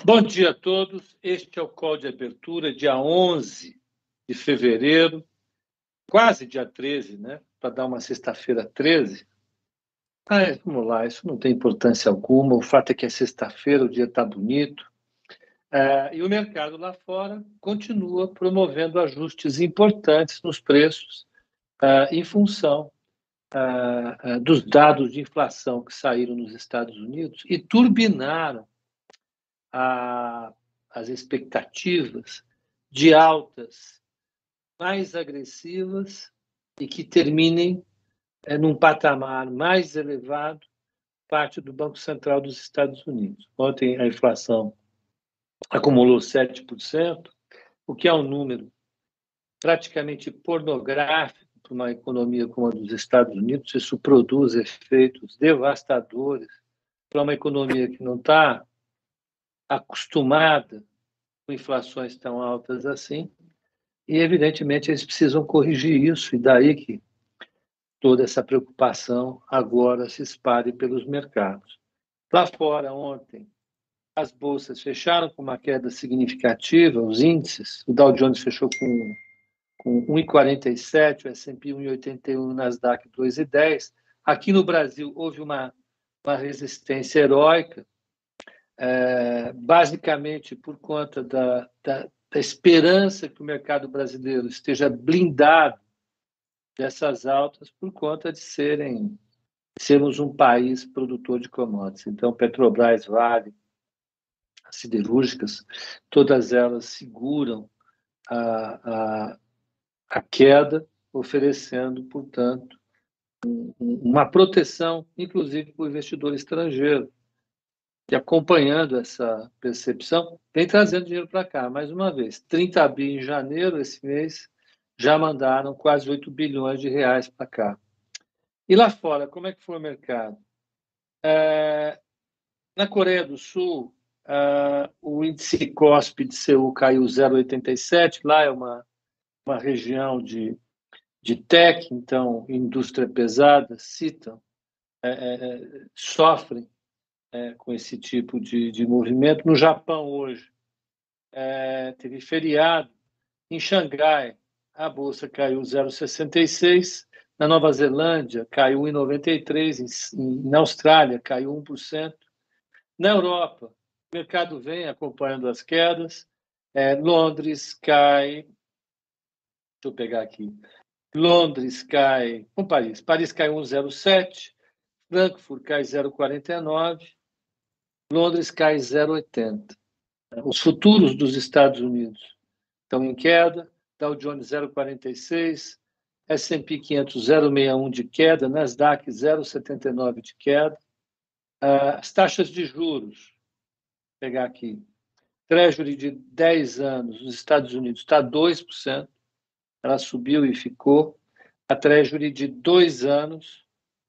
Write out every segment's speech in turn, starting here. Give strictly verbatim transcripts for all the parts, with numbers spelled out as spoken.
Bom dia a todos. Este é o call de abertura, dia onze de fevereiro, quase dia treze, né? Para dar uma sexta-feira treze. Ah, vamos lá, isso não tem importância alguma. O fato é que é sexta-feira, o dia está bonito. Ah, e o mercado lá fora continua promovendo ajustes importantes nos preços ah, em função ah, ah, dos dados de inflação que saíram nos Estados Unidos e turbinaram a, as expectativas de altas mais agressivas e que terminem é, num patamar mais elevado, parte do Banco Central dos Estados Unidos. Ontem a inflação acumulou sete por cento, o que é um número praticamente pornográfico para uma economia como a dos Estados Unidos. Isso produz efeitos devastadores para uma economia que não está acostumada com inflações tão altas assim. E, evidentemente, eles precisam corrigir isso, e daí que toda essa preocupação agora se espalhe pelos mercados. Lá fora, ontem, as bolsas fecharam com uma queda significativa, os índices, o Dow Jones fechou com, com um vírgula quarenta e sete, o S and P um vírgula oitenta e um, o Nasdaq dois vírgula dez. Aqui no Brasil houve uma, uma resistência heróica, é, basicamente por conta da, da, da esperança que o mercado brasileiro esteja blindado dessas altas por conta de serem sermos um país produtor de commodities. Então, Petrobras, Vale, as siderúrgicas, todas elas seguram a, a, a queda, oferecendo, portanto, um, uma proteção, inclusive para o investidor estrangeiro, que, acompanhando essa percepção, vem trazendo dinheiro para cá. Mais uma vez, trinta bi em janeiro, esse mês, já mandaram quase oito bilhões de reais para cá. E lá fora, como é que foi o mercado? É, na Coreia do Sul, é, o índice Kospi de Seul caiu zero vírgula oitenta e sete, lá é uma, uma região de, de tech, então, indústria pesada, citam, é, é, sofrem é, com esse tipo de, de movimento. No Japão, hoje, é, teve feriado. Em Xangai, a bolsa caiu zero vírgula sessenta e seis. Na Nova Zelândia, caiu um vírgula noventa e três. Em, na Austrália, caiu um por cento. Na Europa, o mercado vem acompanhando as quedas. É, Londres cai. Deixa eu pegar aqui. Londres cai. Com Paris. Paris cai um vírgula zero sete. Frankfurt cai zero vírgula quarenta e nove. Londres cai zero vírgula oitenta. Os futuros dos Estados Unidos estão em queda. Dow Jones zero vírgula quarenta e seis. S and P quinhentos zero vírgula sessenta e um de queda. Nasdaq zero vírgula setenta e nove de queda. As taxas de juros, vou pegar aqui, Treasury de dez anos nos Estados Unidos está dois por cento, ela subiu e ficou. A Treasury de dois anos,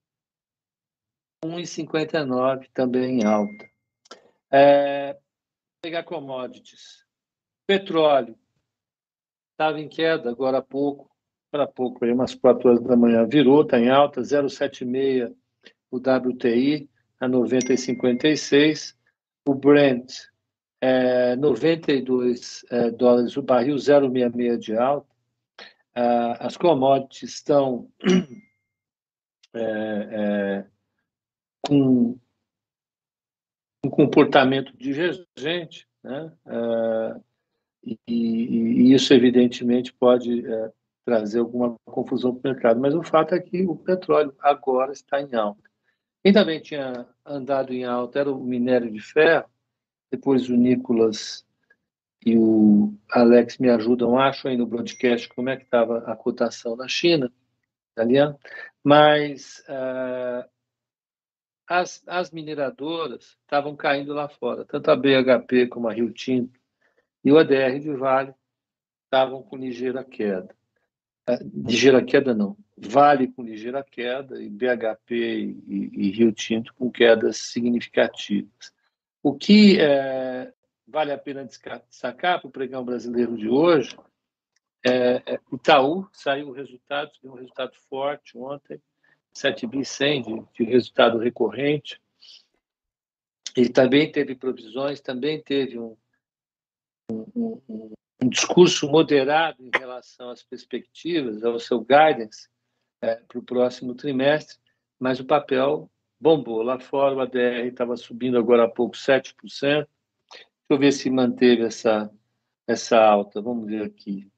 um vírgula cinquenta e nove, também em alta. É, vou pegar commodities. Petróleo estava em queda agora há pouco, para pouco, aí umas quatro horas da manhã, virou, está em alta, zero vírgula setenta e seis o W T I, a noventa vírgula cinquenta e seis. O Brent, é, noventa e dois é, dólares o barril, zero vírgula sessenta e seis de alta. Ah, as commodities estão é, é, com um comportamento divergente, né? Ah, e, e isso, evidentemente, pode é, trazer alguma confusão para o mercado. Mas o fato é que o petróleo agora está em alta. Quem também tinha andado em alta era o minério de ferro. Depois o Nicolas e o Alex me ajudam, acho aí no broadcast como é que estava a cotação na China, italiana, mas uh, as, as mineradoras estavam caindo lá fora, tanto a B H P como a Rio Tinto e o A D R de Vale estavam com ligeira queda. Uh, ligeira queda não, Vale com ligeira queda e B H P e, e Rio Tinto com quedas significativas. O que é, vale a pena destacar para o pregão brasileiro de hoje é, é Itaú, saiu o resultado, deu um resultado forte ontem, sete bi cem de, de resultado recorrente. ele também teve provisões, também teve um, um, um, um discurso moderado em relação às perspectivas, ao seu guidance é, para o próximo trimestre, mas o papel bombou. Lá fora o A D R estava subindo agora há pouco sete por cento. Deixa eu ver se manteve essa, essa alta. Vamos ver aqui.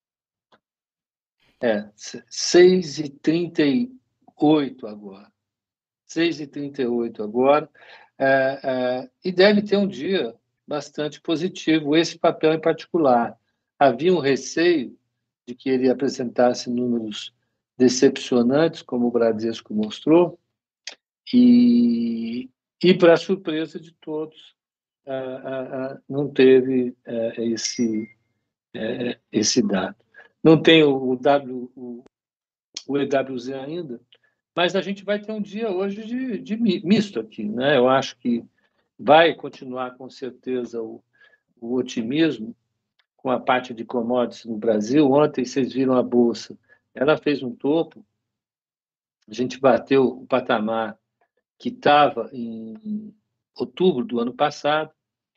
É, seis e trinta e oito agora. seis e trinta e oito agora. É, é, e deve ter um dia bastante positivo, esse papel em particular. Havia um receio de que ele apresentasse números decepcionantes, como o Bradesco mostrou, e, e para surpresa de todos, ah, ah, ah, não teve ah, esse, eh, esse dado. Não tem o, o, w, o, o E W Z ainda, mas a gente vai ter um dia hoje de, de misto aqui, né? Eu acho que vai continuar com certeza o, o otimismo com a parte de commodities no Brasil. Ontem vocês viram a bolsa, ela fez um topo, a gente bateu o patamar que estava em outubro do ano passado,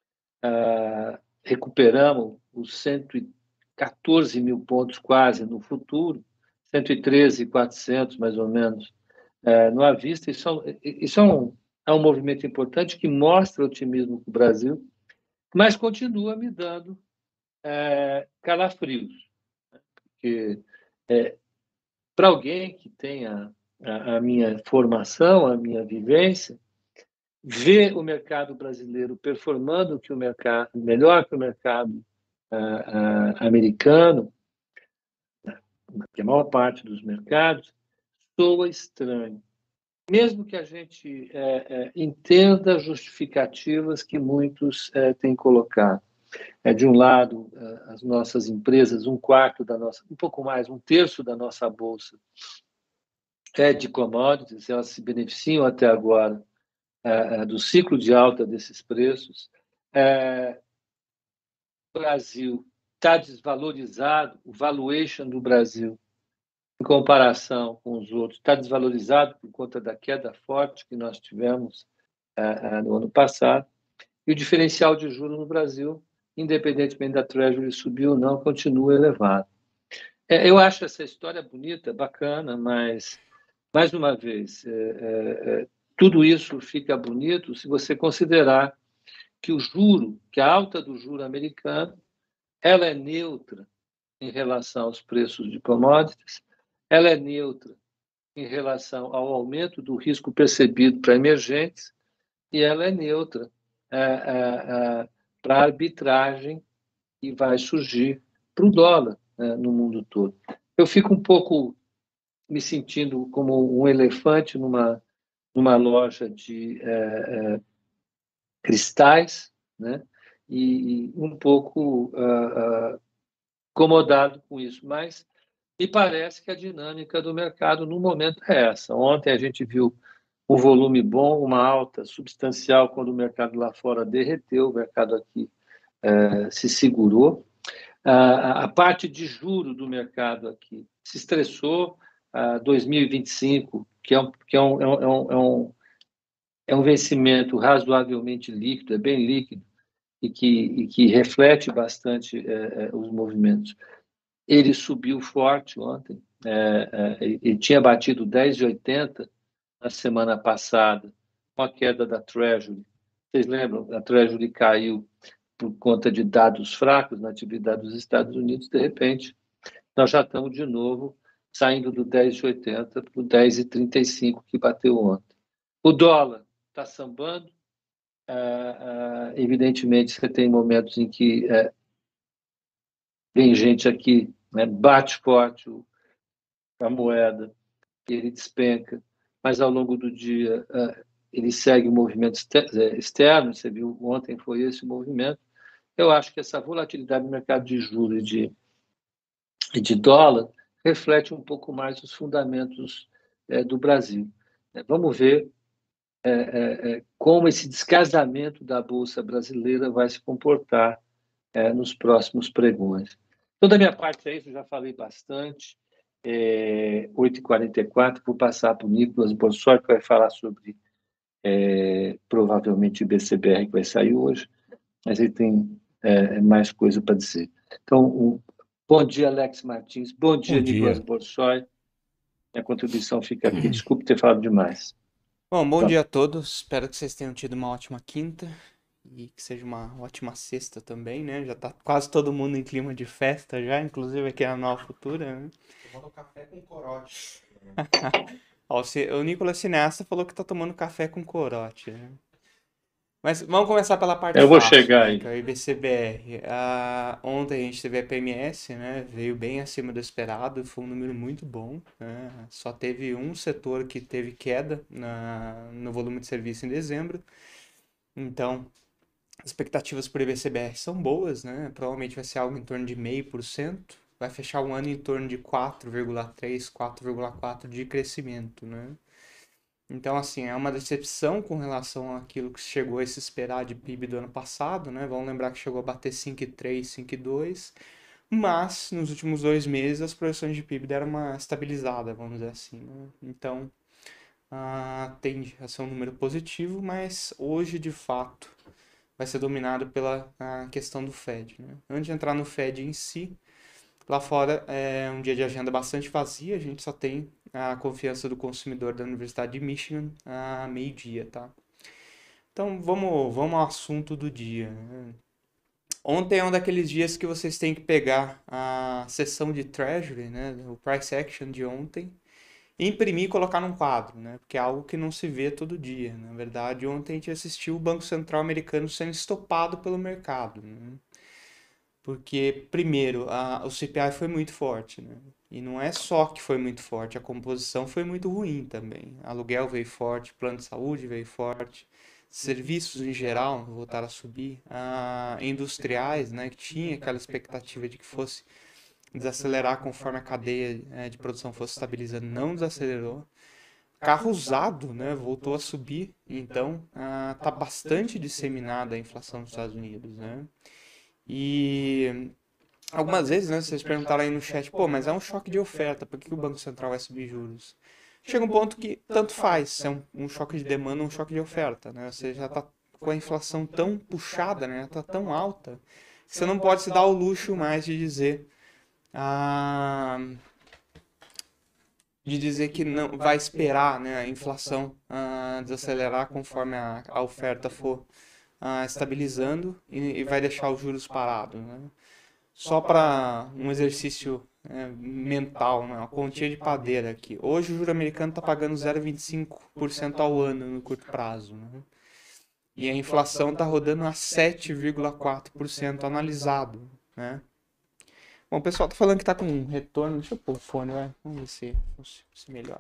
ah, recuperamos os cento e quatorze mil pontos quase no futuro, cento e treze mil e quatrocentos mais ou menos é, no à vista. Isso, isso é, um, é um movimento importante que mostra otimismo para o Brasil, mas continua me dando é, calafrios, porque é, para alguém que tenha a, a minha formação, a minha vivência, ver o mercado brasileiro performando que o mercado, melhor que o mercado uh, uh, americano, que a maior parte dos mercados, soa estranho. Mesmo que a gente é, é, entenda justificativas que muitos é, têm colocado. É, de um lado, as nossas empresas, um quarto da nossa, um pouco mais, um terço da nossa bolsa é de commodities, elas se beneficiam até agora é, do ciclo de alta desses preços. É, o Brasil está desvalorizado, o valuation do Brasil, em comparação com os outros, está desvalorizado por conta da queda forte que nós tivemos é, no ano passado. E o diferencial de juros no Brasil, independentemente da Treasury subir ou não, continua elevado. É, eu acho essa história bonita, bacana, mas, mais uma vez, é, é, tudo isso fica bonito se você considerar que o juro, que a alta do juro americano, ela é neutra em relação aos preços de commodities, ela é neutra em relação ao aumento do risco percebido para emergentes e ela é neutra é, é, é, para a arbitragem que vai surgir para o dólar né, no mundo todo. Eu fico um pouco me sentindo como um elefante numa, numa loja de é, é, cristais, né? E, e um pouco uh, uh, incomodado com isso, mas me parece que a dinâmica do mercado no momento é essa. Ontem a gente viu um volume bom, uma alta substancial quando o mercado lá fora derreteu, o mercado aqui uh, se segurou. Uh, a parte de juro do mercado aqui se estressou. Uh, dois mil e vinte e cinco, que é um, que é um, é um, é um, é um vencimento razoavelmente líquido, é bem líquido, e que, e que reflete bastante é, os movimentos. Ele subiu forte ontem, é, é, ele tinha batido dez vírgula oitenta na semana passada, com a queda da Treasury. Vocês lembram? A Treasury caiu por conta de dados fracos na atividade dos Estados Unidos. De repente, nós já estamos de novo saindo do dez vírgula oitenta para o dez vírgula trinta e cinco que bateu ontem. O dólar está sambando. Uh, uh, evidentemente, você tem momentos em que uh, vem gente aqui, né, bate forte o, a moeda, ele despenca, mas ao longo do dia uh, ele segue o movimento externo. Você viu, ontem foi esse o movimento. Eu acho que essa volatilidade no mercado de juros e de, e de dólar reflete um pouco mais os fundamentos uh, do Brasil. Uh, vamos ver É, é, é, como esse descasamento da Bolsa brasileira vai se comportar é, nos próximos pregões. Então, da minha parte é isso, já falei bastante. É, oito e quarenta e quatro, vou passar para o Nicolas Borsoi, que vai falar sobre é, provavelmente o I B C B R que vai sair hoje, mas ele tem é, mais coisa para dizer. Então, um, bom dia, Alex Martins. Bom dia, Bom Nicolas dia. Borsoi. Minha contribuição fica aqui. Desculpe ter falado demais. Bom, bom Tá. dia a todos. Espero que vocês tenham tido uma ótima quinta e que seja uma ótima sexta também, né? Já tá quase todo mundo em clima de festa já, inclusive aqui na Nova Futura, né? Tomando café com corote. Ó, o ci- o Nicolas Cineasta falou que tá tomando café com corote, né? Mas vamos começar pela parte Eu vou fácil, chegar né? Que aí. é o I B C B R. Ah, ontem a gente teve a P M S, né? Veio bem acima do esperado, foi um número muito bom, né? Só teve um setor que teve queda na, no volume de serviço em dezembro. Então, as expectativas para o I B C B R são boas, né? Provavelmente vai ser algo em torno de zero vírgula cinco por cento. Vai fechar o ano em torno de quatro vírgula três, quatro vírgula quatro de crescimento, né? Então, assim, é uma decepção com relação àquilo que chegou a se esperar de P I B do ano passado, né? Vamos lembrar que chegou a bater cinco vírgula três, cinco vírgula dois, mas nos últimos dois meses as projeções de P I B deram uma estabilizada, vamos dizer assim, né? Então, ah, tende a ser um número positivo, mas hoje, de fato, vai ser dominado pela a questão do Fed, né? Antes de entrar no Fed em si, lá fora é um dia de agenda bastante vazia, a gente só tem a confiança do consumidor da Universidade de Michigan a meio-dia, tá? Então vamos, vamos ao assunto do dia, né? Ontem é um daqueles dias que vocês têm que pegar a sessão de Treasury, né, o price action de ontem, imprimir e colocar num quadro, né, porque é algo que não se vê todo dia. Na verdade, ontem a gente assistiu o Banco Central americano sendo estopado pelo mercado, né? Porque, primeiro, a, o C P I foi muito forte, né? E não é só que foi muito forte, a composição foi muito ruim também. Aluguel veio forte, plano de saúde veio forte, serviços em geral voltaram a subir. Ah, industriais, né, que tinha aquela expectativa de que fosse desacelerar conforme a cadeia eh, de produção fosse estabilizando, não desacelerou. Carro usado, né, voltou a subir, então está bastante disseminada a inflação nos Estados Unidos, né? E algumas vezes, né, vocês perguntaram aí no chat, pô, mas é um choque de oferta, por que o Banco Central vai subir juros? Chega um ponto que tanto faz se é um, um choque de demanda ou um choque de oferta, né? Você já está com a inflação tão puxada, né? Está tão alta, que você não pode se dar o luxo mais de dizer, ah, de dizer que não vai esperar, né, a inflação ah, desacelerar conforme a, a oferta for ah, estabilizando e, e vai deixar os juros parados, né? Só para um exercício é, mental, né? Uma continha de padeira aqui. Hoje o juro americano está pagando zero vírgula vinte e cinco por cento ao ano no curto prazo, né? E a inflação está rodando a sete vírgula quatro por cento analisado, né? Bom, o pessoal tá falando que tá com um retorno. Deixa eu pôr o fone, vai. Vamos ver se, se melhora.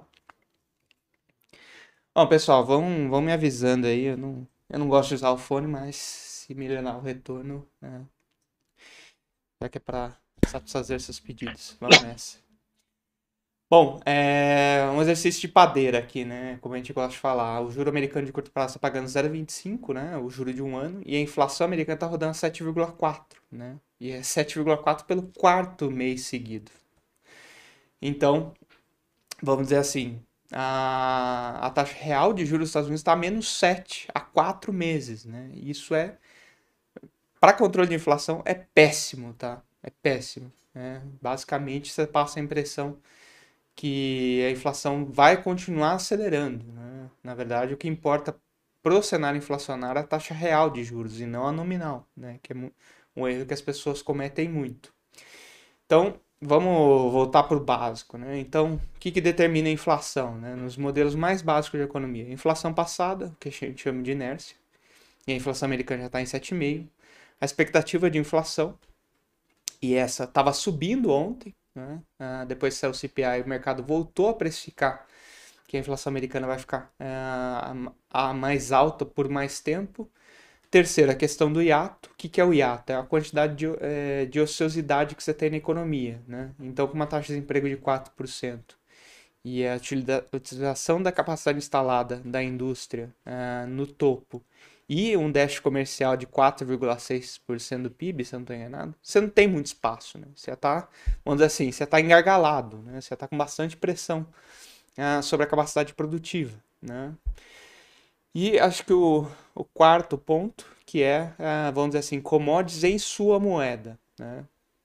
Bom, pessoal, vão, vão me avisando aí. Eu não, eu não gosto de usar o fone, mas se melhorar o retorno, né? Já que é para satisfazer seus pedidos. Vamos nessa. Bom, é um exercício de padeira aqui, né? Como a gente gosta de falar. O juro americano de curto prazo está pagando zero vírgula vinte e cinco, né? O juro de um ano. E a inflação americana está rodando sete vírgula quatro, né? E é sete vírgula quatro pelo quarto mês seguido. Então, vamos dizer assim, a, a taxa real de juros dos Estados Unidos está a menos sete há quatro meses, né? E isso é, para controle de inflação, é péssimo, tá? É péssimo. Né? Basicamente, você passa a impressão que a inflação vai continuar acelerando, né? Na verdade, o que importa para o cenário inflacionário é a taxa real de juros e não a nominal, né? Que é um erro que as pessoas cometem muito. Então, vamos voltar para o básico, né? Então, o que, que determina a inflação, né? Nos modelos mais básicos de economia? A inflação passada, que a gente chama de inércia, e a inflação americana já está em sete vírgula cinco. A expectativa de inflação, e essa estava subindo ontem, né? Ah, depois que saiu o C P I, o mercado voltou a precificar que a inflação americana vai ficar ah, a mais alta por mais tempo. Terceiro, a questão do hiato. O que, que é o hiato? É a quantidade de, é, de ociosidade que você tem na economia, né? Então, com uma taxa de desemprego de quatro por cento e a utilização da capacidade instalada da indústria uh, no topo e um déficit comercial de quatro vírgula seis por cento do P I B, se eu não estou enganado, você não tem muito espaço, né? Você está, vamos dizer assim, você está engargalado, né? Você está com bastante pressão uh, sobre a capacidade produtiva, né? E acho que o, o quarto ponto, que é, ah, vamos dizer assim, commodities em sua moeda, né?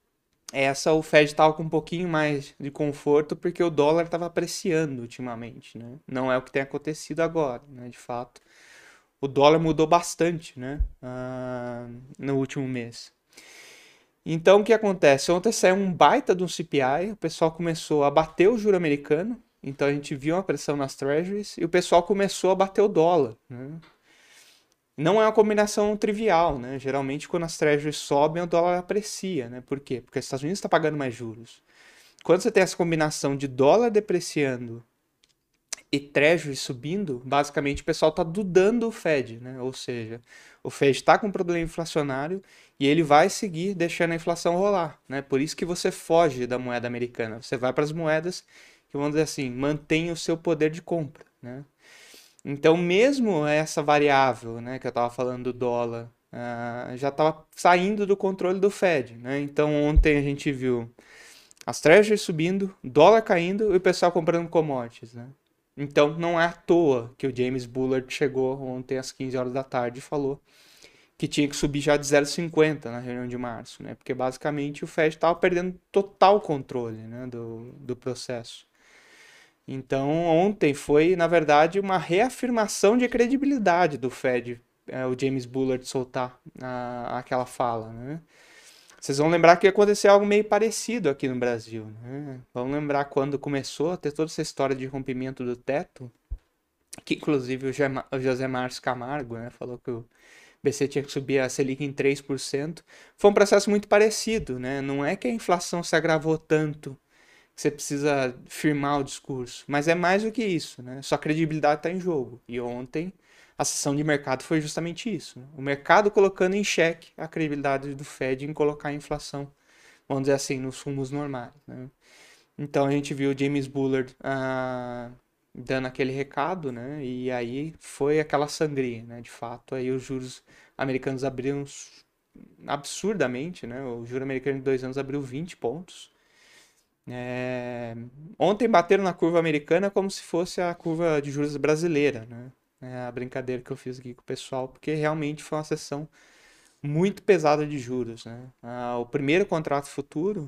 Essa o Fed estava com um pouquinho mais de conforto porque o dólar estava apreciando ultimamente, né? Não é o que tem acontecido agora, né? De fato, o dólar mudou bastante, né? Ah, no último mês. Então, o que acontece? Ontem saiu um baita de um C P I, o pessoal começou a bater o juro americano, então a gente viu uma pressão nas treasuries e o pessoal começou a bater o dólar, né? Não é uma combinação trivial, né? Geralmente, quando as treasuries sobem, o dólar aprecia, né? Por quê? Porque os Estados Unidos está pagando mais juros. Quando você tem essa combinação de dólar depreciando e treasury subindo, basicamente o pessoal está dudando o Fed, né? Ou seja, o Fed está com um problema inflacionário e ele vai seguir deixando a inflação rolar, né? Por isso que você foge da moeda americana. Você vai para as moedas que, vamos dizer assim, mantêm o seu poder de compra, né? Então, mesmo essa variável, né, que eu estava falando do dólar, uh, já estava saindo do controle do Fed, né? Então, ontem a gente viu as treasuries subindo, dólar caindo e o pessoal comprando commodities, né? Então, não é à toa que o James Bullard chegou ontem às quinze horas da tarde e falou que tinha que subir já de zero vírgula cinquenta na reunião de março, né? Porque basicamente o Fed estava perdendo total controle, né, do, do processo. Então, ontem foi, na verdade, uma reafirmação de credibilidade do Fed, é, o James Bullard soltar a, aquela fala, né? Vocês vão lembrar que aconteceu algo meio parecido aqui no Brasil, né? Vamos lembrar quando começou a ter toda essa história de rompimento do teto, que inclusive o José Márcio Camargo, né, falou que o B C tinha que subir a Selic em três por cento. Foi um processo muito parecido, né? Não é que a inflação se agravou tanto que você precisa firmar o discurso, mas é mais do que isso, né? Sua credibilidade está em jogo. E ontem a sessão de mercado foi justamente isso, né? O mercado colocando em xeque a credibilidade do Fed em colocar a inflação, vamos dizer assim, nos rumos normais, né? Então a gente viu o James Bullard ah, dando aquele recado, né? E aí foi aquela sangria, né? De fato, aí os juros americanos abriram absurdamente, né? O juro americano de dois anos abriu vinte pontos. É... Ontem bateram na curva americana como se fosse a curva de juros brasileira, né? É a brincadeira que eu fiz aqui com o pessoal, porque realmente foi uma sessão muito pesada de juros, né? Ah, o primeiro contrato futuro,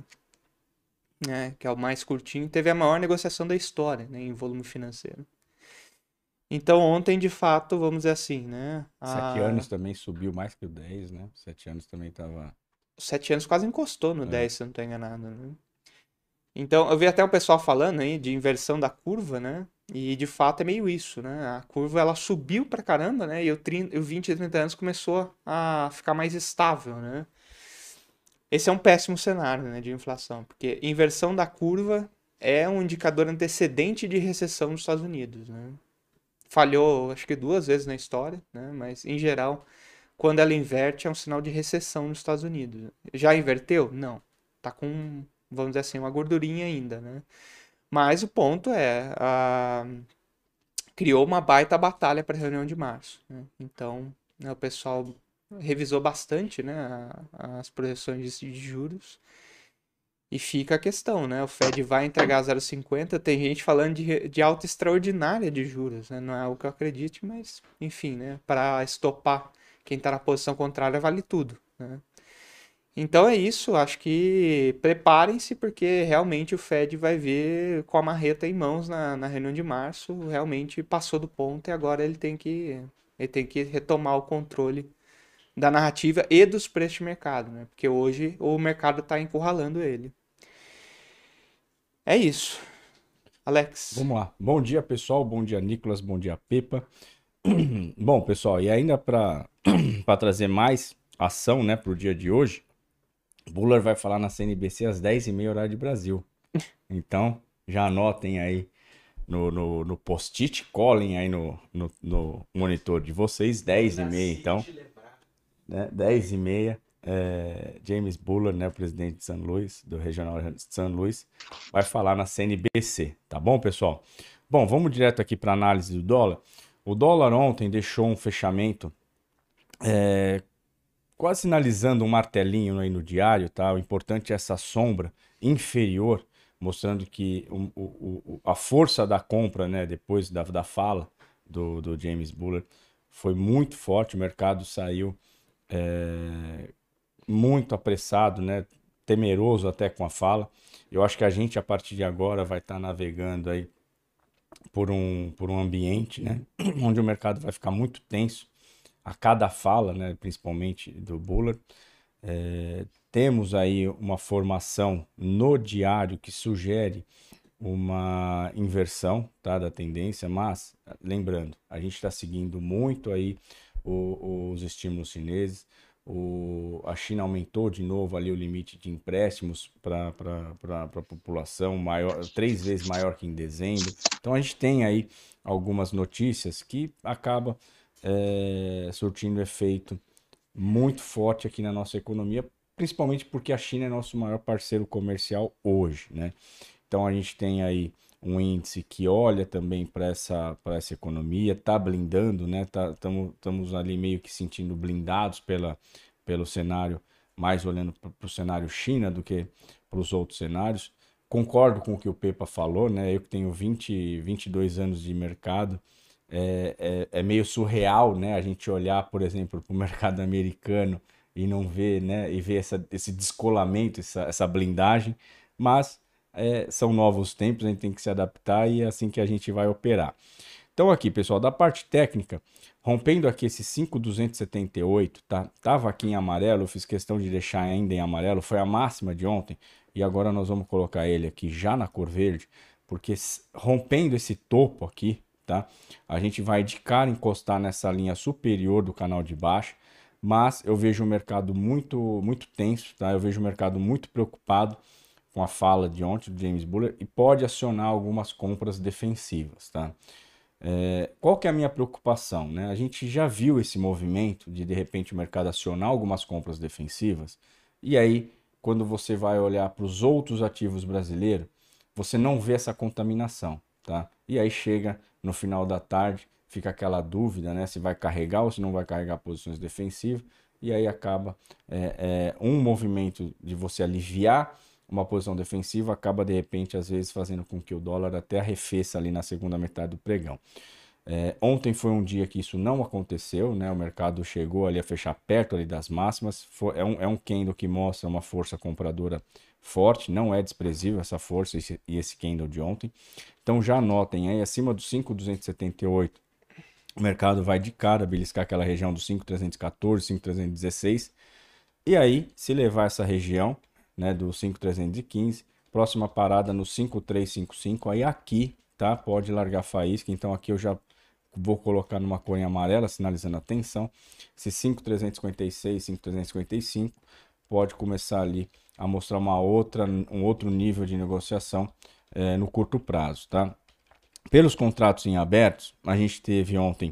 né, que é o mais curtinho, teve a maior negociação da história, né, em volume financeiro. Então ontem, de fato, vamos dizer assim, né? Sete A... anos também subiu mais que o dez, né? Sete anos também tava... Sete anos quase encostou no É. dez, se eu não estou enganado, né? Então, eu vi até o pessoal falando aí de inversão da curva, né? E de fato é meio isso, né? A curva ela subiu pra caramba, né? E o, trinta, o vinte e trinta anos começou a ficar mais estável, né? Esse é um péssimo cenário, né, de inflação, porque inversão da curva é um indicador antecedente de recessão nos Estados Unidos, né? Falhou, acho que duas vezes na história, né? Mas em geral, quando ela inverte é um sinal de recessão nos Estados Unidos. Já inverteu? Não. Tá com, vamos dizer assim, uma gordurinha ainda, né? Mas o ponto é, a... criou uma baita batalha para a reunião de março, né? Então, né, o pessoal revisou bastante, né, a- as projeções de de juros. E fica a questão, né? O Fed vai entregar zero vírgula cinquenta. Tem gente falando de, de alta extraordinária de juros, né? Não é algo que eu acredite, mas enfim, né? Para estopar quem está na posição contrária vale tudo, né? Então é isso, acho que preparem-se porque realmente o Fed vai ver com a marreta em mãos na, na reunião de março, realmente passou do ponto e agora ele tem que, ele tem que retomar o controle da narrativa e dos preços de mercado, né? Porque hoje o mercado está encurralando ele. É isso. Alex. Vamos lá. Bom dia, pessoal. Bom dia, Nicolas. Bom dia, Pepa. Bom, pessoal, e ainda para para trazer mais ação, né, para o dia de hoje, Bullard vai falar na C N B C às dez e meia horário de Brasil. Então, já anotem aí no, no, no post-it, colhem aí no, no, no monitor de vocês, dez e meia então. Né, dez e meia, é, James Bullard, né, o presidente de San Luis, do Regional de San Luis, vai falar na C N B C, tá bom, pessoal? Bom, vamos direto aqui para análise do dólar. O dólar ontem deixou um fechamento é, quase sinalizando um martelinho aí no diário, tá? O importante é essa sombra inferior, mostrando que o, o, o, a força da compra, né, depois da, da fala do, do James Bullard, foi muito forte, o mercado saiu é, muito apressado, né? Temeroso até com a fala. Eu acho que a gente, a partir de agora, vai estar navegando aí por um, por um ambiente, né? Onde o mercado vai ficar muito tenso a cada fala, né? Principalmente do Bullard. É, temos aí uma formação no diário que sugere uma inversão, tá, da tendência, mas lembrando, a gente está seguindo muito aí o, os estímulos chineses. O, a China aumentou de novo ali o limite de empréstimos para a população, maior, três vezes maior que em dezembro. Então a gente tem aí algumas notícias que acabam é, surtindo efeito muito forte aqui na nossa economia, principalmente porque a China é nosso maior parceiro comercial hoje, né? Então a gente tem aí um índice que olha também para essa, para essa economia, está blindando, né? Tá, estamos ali meio que sentindo blindados pela, pelo cenário, mais olhando para o cenário China do que para os outros cenários. Concordo com o que o Pepa falou, né? Eu que tenho vinte, vinte e dois anos de mercado, é, é, é meio surreal, né? A gente olhar, por exemplo, para o mercado americano e não ver, né? E ver essa, esse descolamento, essa, essa blindagem, mas é, são novos tempos, a gente tem que se adaptar e é assim que a gente vai operar. Então aqui, pessoal, da parte técnica, rompendo aqui esse cinco mil duzentos e setenta e oito, tá? Tava aqui em amarelo, eu fiz questão de deixar ainda em amarelo, foi a máxima de ontem, e agora nós vamos colocar ele aqui já na cor verde, porque rompendo esse topo aqui, tá? A gente vai de cara encostar nessa linha superior do canal de baixo, mas eu vejo o mercado muito, muito tenso, tá? Eu vejo o mercado muito preocupado com a fala de ontem do James Bullard e pode acionar algumas compras defensivas, tá? É, qual que é a minha preocupação, né? A gente já viu esse movimento de de repente o mercado acionar algumas compras defensivas e aí quando você vai olhar para os outros ativos brasileiros, você não vê essa contaminação, tá? E aí chega no final da tarde, fica aquela dúvida, né? Se vai carregar ou se não vai carregar posições defensivas e aí acaba é, é, um movimento de você aliviar uma posição defensiva acaba de repente às vezes fazendo com que o dólar até arrefeça ali na segunda metade do pregão. É, ontem foi um dia que isso não aconteceu, né? O mercado chegou ali a fechar perto ali das máximas. For, é, um, é um candle que mostra uma força compradora forte, não é desprezível essa força esse, e esse candle de ontem. Então já anotem aí acima dos cinco mil duzentos e setenta e oito, o mercado vai de cara beliscar aquela região dos cinco mil trezentos e quatorze, cinco mil trezentos e dezesseis. E aí, se levar essa região, né, do cinco mil trezentos e quinze, próxima parada no cinco mil trezentos e cinquenta e cinco, aí aqui, tá, pode largar faísca, então aqui eu já vou colocar numa cor em amarela, sinalizando atenção, esse cinco mil trezentos e cinquenta e seis, cinco mil trezentos e cinquenta e cinco, pode começar ali a mostrar uma outra, um outro nível de negociação é, no curto prazo, tá? Pelos contratos em abertos, a gente teve ontem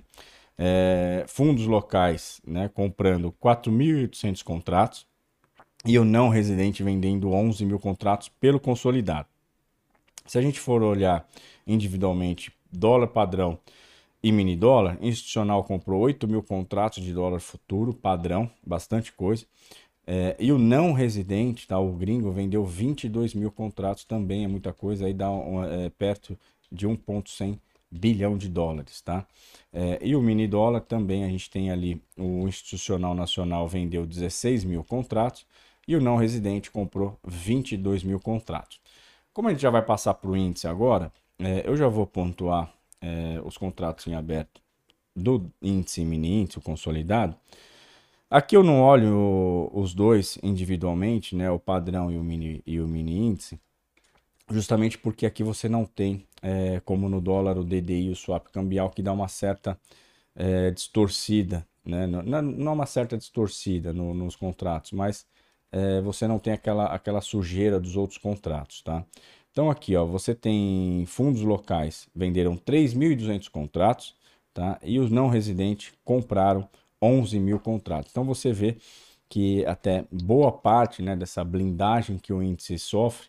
é, fundos locais, né, comprando quatro mil e oitocentos contratos, e o não residente vendendo onze mil contratos pelo consolidado. Se a gente for olhar individualmente dólar padrão e mini dólar, institucional comprou oito mil contratos de dólar futuro padrão, bastante coisa. É, e o não residente, tá, o gringo, vendeu vinte e dois mil contratos, também é muita coisa, aí dá um, é, perto de um vírgula cem bilhão de dólares, tá? É, e o mini dólar também, a gente tem ali, o institucional nacional vendeu dezesseis mil contratos, e o não residente comprou vinte e dois mil contratos. Como a gente já vai passar para o índice agora, é, eu já vou pontuar é, os contratos em aberto do índice e mini índice, o consolidado. Aqui eu não olho os dois individualmente, né, o padrão e o mini, e o mini índice, justamente porque aqui você não tem, é, como no dólar, o D D I e o swap cambial, que dá uma certa é, distorcida, né, não, não uma certa distorcida no, nos contratos, mas É, você não tem aquela, aquela sujeira dos outros contratos, tá? Então aqui, ó, você tem fundos locais venderam três mil e duzentos contratos, tá? E os não residentes compraram onze mil contratos. Então você vê que até boa parte, né, dessa blindagem que o índice sofre,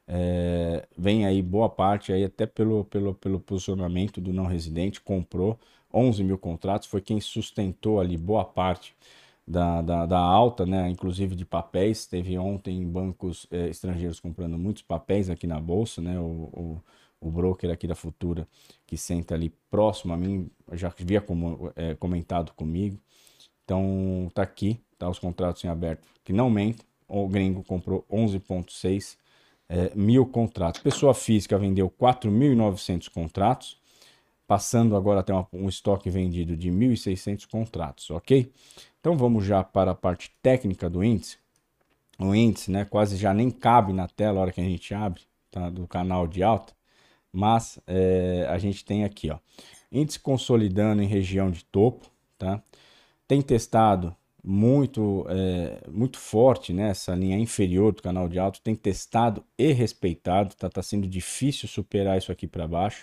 é, vem aí boa parte aí até pelo, pelo, pelo posicionamento do não residente, comprou onze mil contratos, foi quem sustentou ali boa parte Da, da, da alta, né, inclusive de papéis. Teve ontem bancos eh, estrangeiros comprando muitos papéis aqui na bolsa, né, o, o, o broker aqui da Futura, que senta ali próximo a mim, já havia como, é, comentado comigo. Então tá aqui, tá os contratos em aberto que não mentem. O gringo comprou onze vírgula seis é, mil contratos. Pessoa física vendeu quatro mil e novecentos contratos, passando agora até uma, um estoque vendido de mil e seiscentos contratos, ok? Então vamos já para a parte técnica do índice. O índice, né, quase já nem cabe na tela a hora que a gente abre, tá, do canal de alta, mas é, a gente tem aqui, ó, índice consolidando em região de topo, tá? Tem testado muito, é, muito forte nessa, né, linha inferior do canal de alta, tem testado e respeitado, tá, tá sendo difícil superar isso aqui para baixo.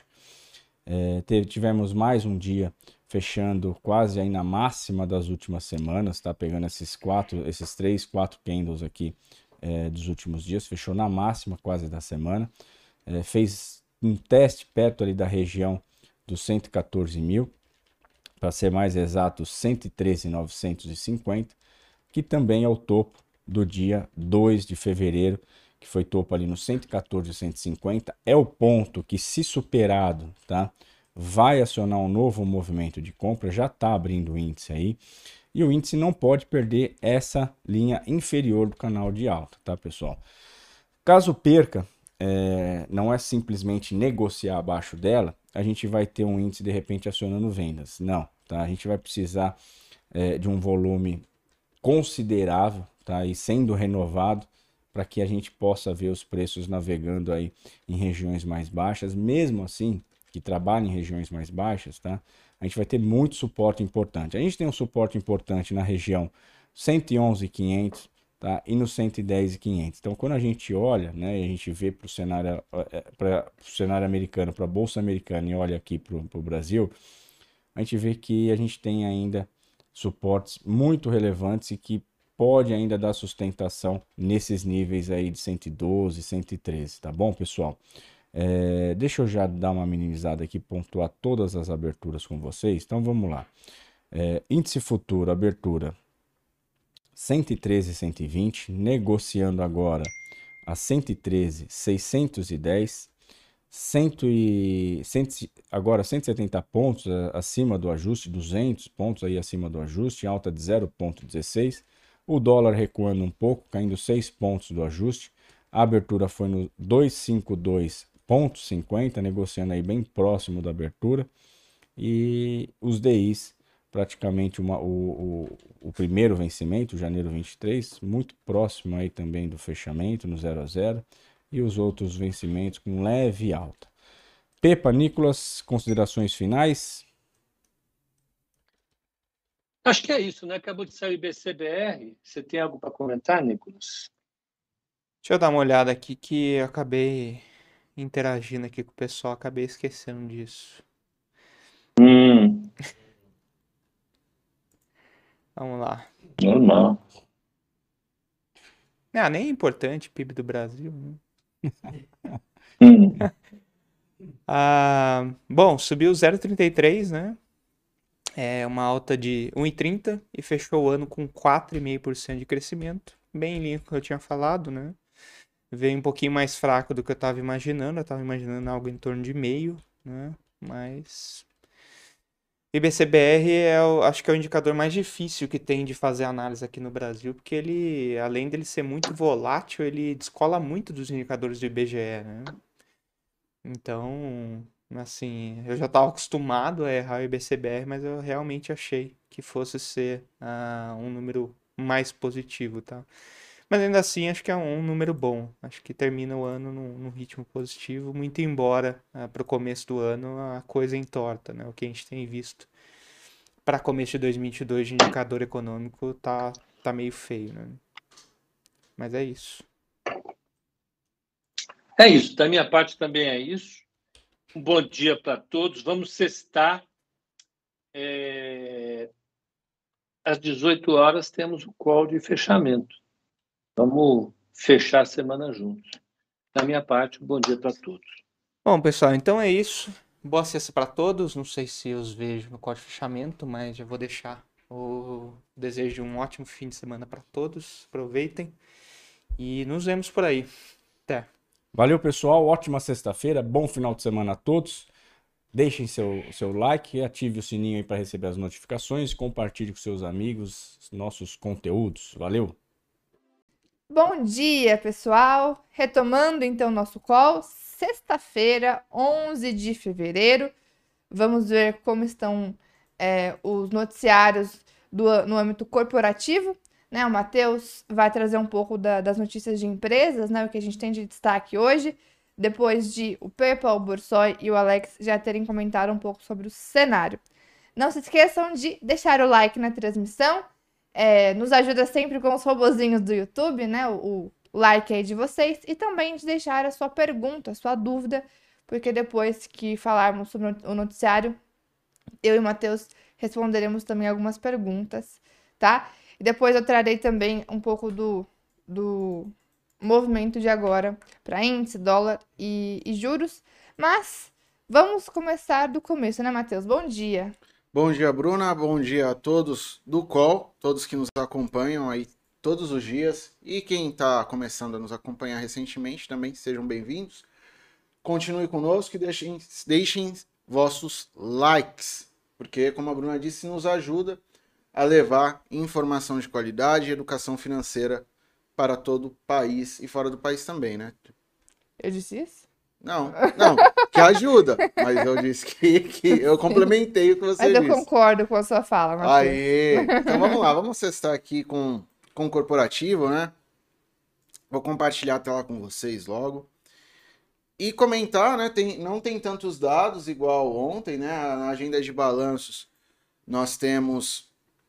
É, teve, tivemos mais um dia fechando quase aí na máxima das últimas semanas, tá? Pegando esses quatro, esses três, quatro candles aqui é, dos últimos dias, fechou na máxima quase da semana, é, fez um teste perto ali da região dos cento e quatorze mil, para ser mais exato, cento e treze mil novecentos e cinquenta, que também é o topo do dia dois de fevereiro, que foi topo ali no cento e quatorze mil cento e cinquenta, é o ponto que, se superado, tá, vai acionar um novo movimento de compra, já está abrindo o índice aí, e o índice não pode perder essa linha inferior do canal de alta, tá, pessoal? Caso perca, é, não é simplesmente negociar abaixo dela, a gente vai ter um índice de repente acionando vendas, não, tá? A gente vai precisar é, de um volume considerável, tá? E sendo renovado, para que a gente possa ver os preços navegando aí em regiões mais baixas. Mesmo assim, que trabalha em regiões mais baixas, tá? A gente vai ter muito suporte importante. A gente tem um suporte importante na região cento e onze mil e quinhentos, tá? E no cento e dez mil e quinhentos. Então, quando a gente olha, né, e a gente vê para o cenário, para o cenário americano, para a Bolsa Americana, e olha aqui para o Brasil, a gente vê que a gente tem ainda suportes muito relevantes e que pode ainda dar sustentação nesses níveis aí de cento e doze, cento e treze, tá bom, pessoal? É, deixa eu já dar uma minimizada aqui, pontuar todas as aberturas com vocês. Então vamos lá. É, índice futuro, abertura cento e treze, cento e vinte, negociando agora a cento e treze, seiscentos e dez. cem e, cem, agora cento e setenta pontos acima do ajuste, duzentos pontos aí acima do ajuste, alta de zero vírgula dezesseis. O dólar recuando um pouco, caindo seis pontos do ajuste. A abertura foi no duzentos e cinquenta e dois vírgula cinquenta, negociando aí bem próximo da abertura. E os D Is, praticamente uma, o, o, o primeiro vencimento, janeiro vinte e três, muito próximo aí também do fechamento, no zero a zero. E os outros vencimentos com leve alta. Pepa, Nicolas, considerações finais? Acho que é isso, né? Acabou de sair o I B C B R. Você tem algo para comentar, Nicolas? Deixa eu dar uma olhada aqui que eu acabei interagindo aqui com o pessoal, acabei esquecendo disso. Hum. Vamos lá. Normal. Ah, nem é importante, P I B do Brasil, né? Hum. Ah, bom, subiu zero vírgula trinta e três, né? É uma alta de um vírgula trinta e fechou o ano com quatro vírgula cinco por cento de crescimento. Bem em linha com o que eu tinha falado, né? Veio um pouquinho mais fraco do que eu estava imaginando. Eu estava imaginando algo em torno de meio, né? Mas I B C B R é, o, acho que é o indicador mais difícil que tem de fazer análise aqui no Brasil, porque ele, além dele ser muito volátil, ele descola muito dos indicadores do I B G E, né? Então, assim, eu já estava acostumado a errar o I B C B R, mas eu realmente achei que fosse ser uh, um número mais positivo, tá? Mas ainda assim, acho que é um número bom. Acho que termina o ano num, num ritmo positivo, muito embora uh, para o começo do ano a coisa entorta, né? O que a gente tem visto para começo de dois mil e vinte e dois de indicador econômico tá, tá meio feio, né? Mas é isso. É isso. Da minha parte também é isso. Um bom dia para todos. Vamos sextar. É... Às dezoito horas temos o call de fechamento. Vamos fechar a semana juntos. Da minha parte, um bom dia para todos. Bom, pessoal, então é isso. Boa sexta para todos. Não sei se os vejo no call de fechamento, mas já vou deixar o desejo de um ótimo fim de semana para todos. Aproveitem e nos vemos por aí. Até. Valeu, pessoal. Ótima sexta-feira. Bom final de semana a todos. Deixem seu, seu like, ative o sininho aí para receber as notificações, compartilhe com seus amigos nossos conteúdos. Valeu! Bom dia, pessoal! Retomando então nosso call, sexta-feira, onze de fevereiro. Vamos ver como estão é, os noticiários do, no âmbito corporativo. Né? O Matheus vai trazer um pouco da, das notícias de empresas, né? O que a gente tem de destaque hoje, depois de o Pepa, o Borsoi e o Alex já terem comentado um pouco sobre o cenário. Não se esqueçam de deixar o like na transmissão. É, nos ajuda sempre com os robozinhos do YouTube, né? O, o like aí de vocês. E também de deixar a sua pergunta, a sua dúvida, porque depois que falarmos sobre o noticiário, eu e o Matheus responderemos também algumas perguntas, tá? E depois eu trarei também um pouco do, do movimento de agora para índice, dólar e, e juros. Mas vamos começar do começo, né, Matheus? Bom dia. Bom dia, Bruna. Bom dia a todos do call, todos que nos acompanham aí todos os dias e quem está começando a nos acompanhar recentemente também, sejam bem-vindos. Continue conosco e deixem, deixem vossos likes, porque, como a Bruna disse, nos ajuda a levar informação de qualidade e educação financeira para todo o país e fora do país também, né? Eu disse isso? Não, não, que ajuda, mas eu disse que, que eu complementei o que você Mas disse. eu concordo com a sua fala, Matheus. Aê! Então vamos lá, vamos testar aqui com, com o corporativo, né? Vou compartilhar a tela com vocês logo. E comentar, né? Tem, não tem tantos dados igual ontem, né? Na agenda de balanços, nós temos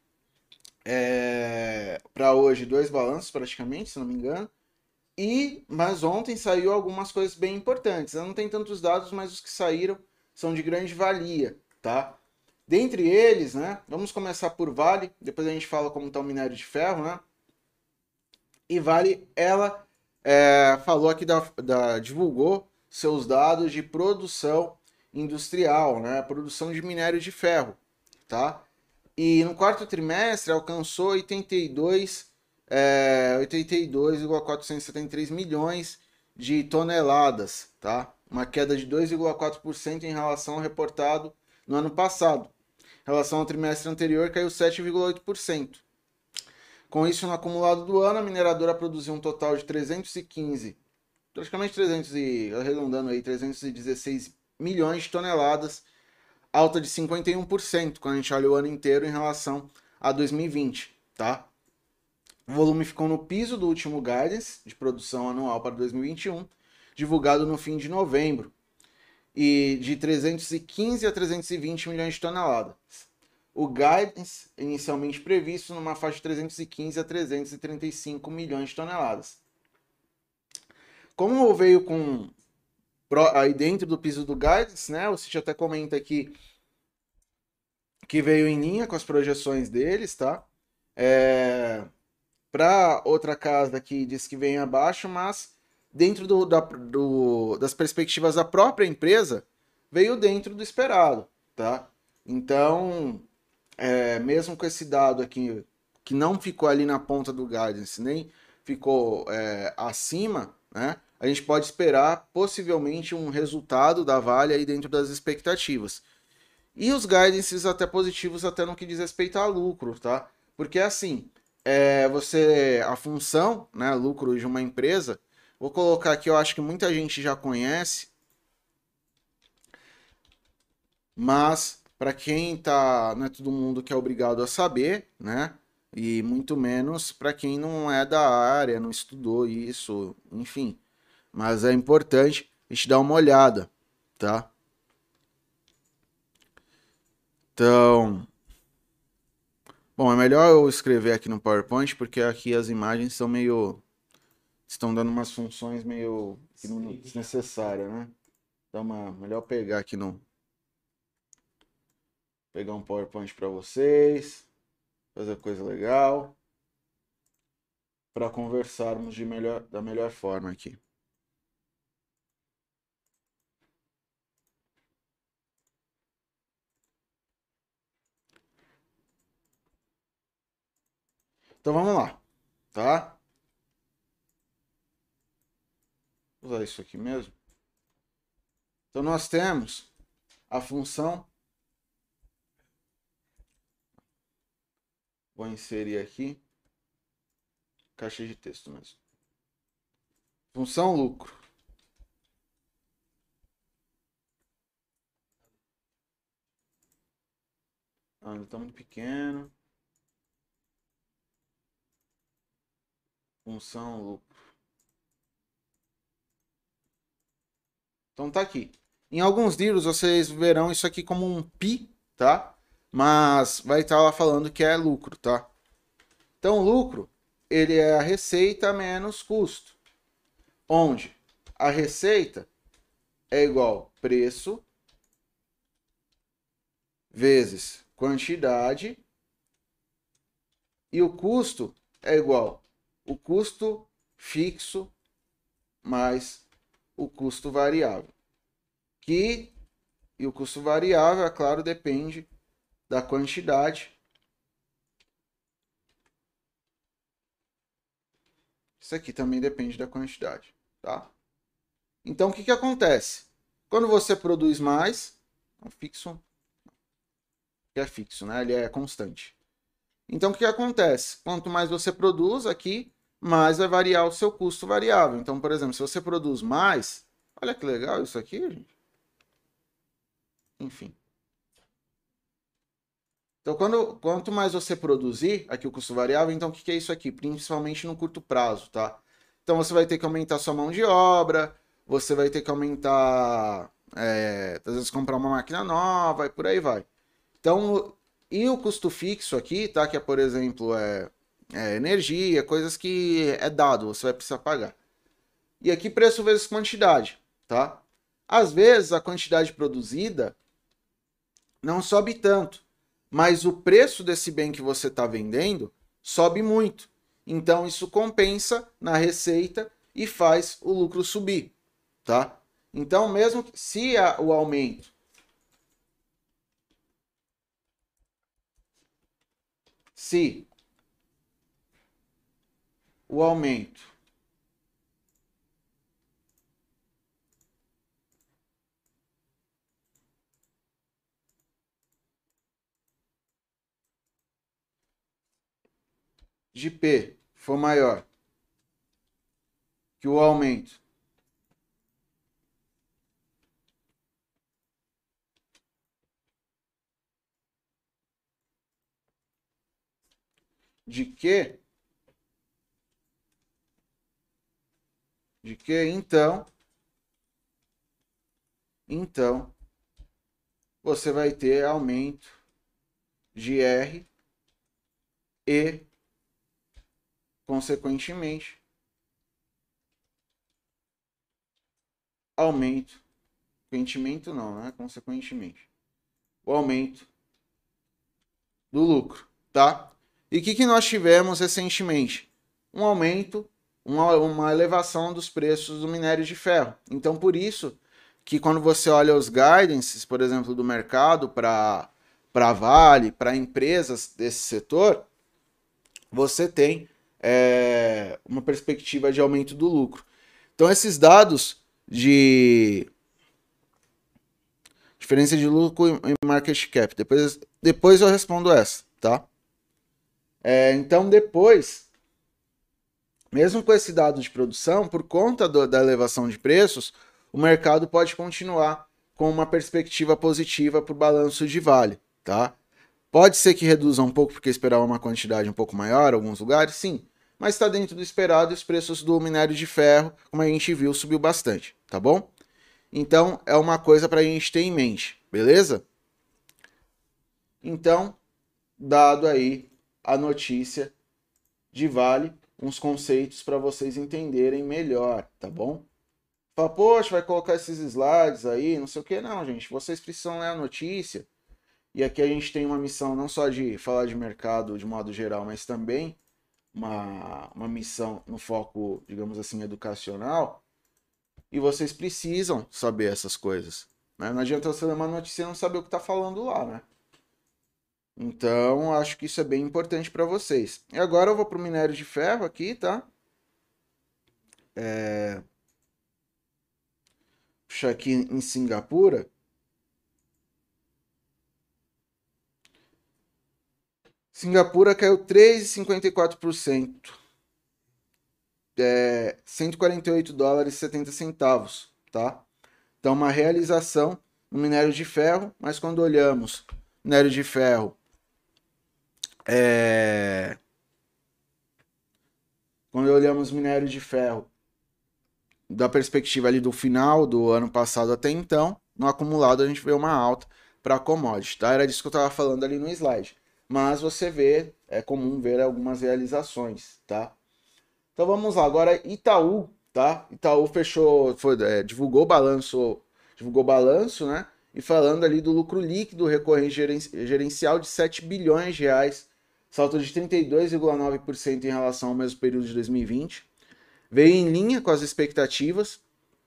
é, para hoje dois balanços praticamente, se não me engano. E, mas ontem saiu algumas coisas bem importantes. Não tem tantos dados, mas os que saíram são de grande valia, tá? Dentre eles, né? Vamos começar por Vale, depois a gente fala como está o minério de ferro, né? E Vale, ela é, falou aqui, da, da, divulgou seus dados de produção industrial, né? Produção de minério de ferro, tá? E no quarto trimestre alcançou oitenta e dois É, oitenta e dois vírgula quatrocentos e setenta e três milhões de toneladas, tá? Uma queda de dois vírgula quatro por cento em relação ao reportado no ano passado. Em relação ao trimestre anterior, caiu sete vírgula oito por cento. Com isso, no acumulado do ano, a mineradora produziu um total de trezentos e quinze, praticamente trezentos e arredondando aí, trezentos e dezesseis milhões de toneladas, alta de cinquenta e um por cento quando a gente olha o ano inteiro em relação a dois mil e vinte, tá? O volume ficou no piso do último guidance de produção anual para dois mil e vinte e um, divulgado no fim de novembro, e de trezentos e quinze a trezentos e vinte milhões de toneladas. O guidance inicialmente previsto numa faixa de trezentos e quinze a trezentos e trinta e cinco milhões de toneladas. Como veio com aí dentro do piso do guidance, né? O Citi até comenta aqui que veio em linha com as projeções deles, tá? É... Para outra casa que diz que vem abaixo, mas dentro do, da, do, das perspectivas da própria empresa, veio dentro do esperado, tá? Então, é, mesmo com esse dado aqui, que não ficou ali na ponta do guidance, nem ficou é, acima, né? A gente pode esperar possivelmente um resultado da Vale aí dentro das expectativas. E os guidances até positivos até no que diz respeito a lucro, tá? Porque assim... É, você, a função, né, lucro de uma empresa, vou colocar aqui, eu acho que muita gente já conhece, mas para quem tá, não é todo mundo que é obrigado a saber, né, e muito menos para quem não é da área, não estudou isso, enfim, mas é importante a gente dar uma olhada, tá? Então... Bom, é melhor eu escrever aqui no PowerPoint, porque aqui as imagens são meio... estão dando umas funções meio desnecessárias, né? Então, uma... melhor pegar aqui no... pegar um PowerPoint para vocês, fazer coisa legal, para conversarmos de melhor... da melhor forma aqui. Então vamos lá, tá? Vou usar isso aqui mesmo. Então, nós temos a função. Vou inserir aqui. Caixa de texto mesmo. Função lucro. Ah, ainda está muito pequeno. Função lucro. Então tá aqui. Em alguns livros vocês verão isso aqui como um pi, tá? Mas vai estar lá falando que é lucro, tá? Então lucro, ele é a receita menos custo. Onde a receita é igual preço vezes quantidade e o custo é igual o custo fixo mais o custo variável. Que, e o custo variável, é claro, depende da quantidade. Isso aqui também depende da quantidade, tá? Então, o que que acontece? Quando você produz mais, é fixo, que é fixo, né? Ele é constante. Então, o que que acontece? Quanto mais você produz aqui, mais vai variar o seu custo variável. Então, por exemplo, se você produz mais, olha que legal isso aqui, gente. Enfim. Então, quando, quanto mais você produzir, aqui o custo variável, então o que que é isso aqui? Principalmente no curto prazo, tá? Então, você vai ter que aumentar sua mão de obra, você vai ter que aumentar, é, às vezes comprar uma máquina nova e por aí vai. Então, e o custo fixo aqui, tá? Que é, por exemplo, é, é energia, coisas que é dado, você vai precisar pagar. E aqui preço vezes quantidade, tá? Às vezes a quantidade produzida não sobe tanto, mas o preço desse bem que você está vendendo sobe muito. Então isso compensa na receita e faz o lucro subir, tá? Então mesmo que, se a, o aumento se o aumento de P for maior que o aumento de Q, de Q, então, então, você vai ter aumento de R e, consequentemente, aumento, consequentemente não, né? Consequentemente, o aumento do lucro, tá? E o que, que nós tivemos recentemente? Um aumento, uma, uma elevação dos preços do minério de ferro. Então, por isso que quando você olha os guidances, por exemplo, do mercado para para Vale, para empresas desse setor, você tem é, uma perspectiva de aumento do lucro. Então, esses dados de diferença de lucro e market cap, depois, depois eu respondo essa, tá? É, então, depois, mesmo com esse dado de produção, por conta do, da elevação de preços, o mercado pode continuar com uma perspectiva positiva para o balanço de Vale, tá? Pode ser que reduza um pouco porque esperava uma quantidade um pouco maior em alguns lugares, sim, mas está dentro do esperado e os preços do minério de ferro, como a gente viu, subiu bastante, tá bom? Então, é uma coisa para a gente ter em mente, beleza? Então, dado aí a notícia de Vale, uns conceitos para vocês entenderem melhor, tá bom? Fala, poxa, vai colocar esses slides aí, não sei o que. Não, gente, vocês precisam ler a notícia. E aqui a gente tem uma missão não só de falar de mercado de modo geral, mas também uma, uma missão no foco, digamos assim, educacional. E vocês precisam saber essas coisas, né? Não adianta você ler uma notícia e não saber o que está falando lá, né? Então, acho que isso é bem importante para vocês. E agora eu vou para o minério de ferro aqui, tá? É... puxar aqui em Singapura. Singapura caiu três vírgula cinquenta e quatro por cento. É, cento e quarenta e oito dólares e setenta centavos, tá? Então, uma realização no minério de ferro, mas quando olhamos minério de ferro, é... quando olhamos minério de ferro da perspectiva ali do final do ano passado até então, no acumulado a gente vê uma alta para a commodity, tá? Era disso que eu estava falando ali no slide. Mas você vê, é comum ver algumas realizações, tá? Então vamos lá, agora Itaú, tá? Itaú fechou, foi, é, divulgou o balanço, divulgou balanço, né? E falando ali do lucro líquido recorrente gerencial de sete bilhões de reais, salto de trinta e dois vírgula nove por cento em relação ao mesmo período de dois mil e vinte. Veio em linha com as expectativas.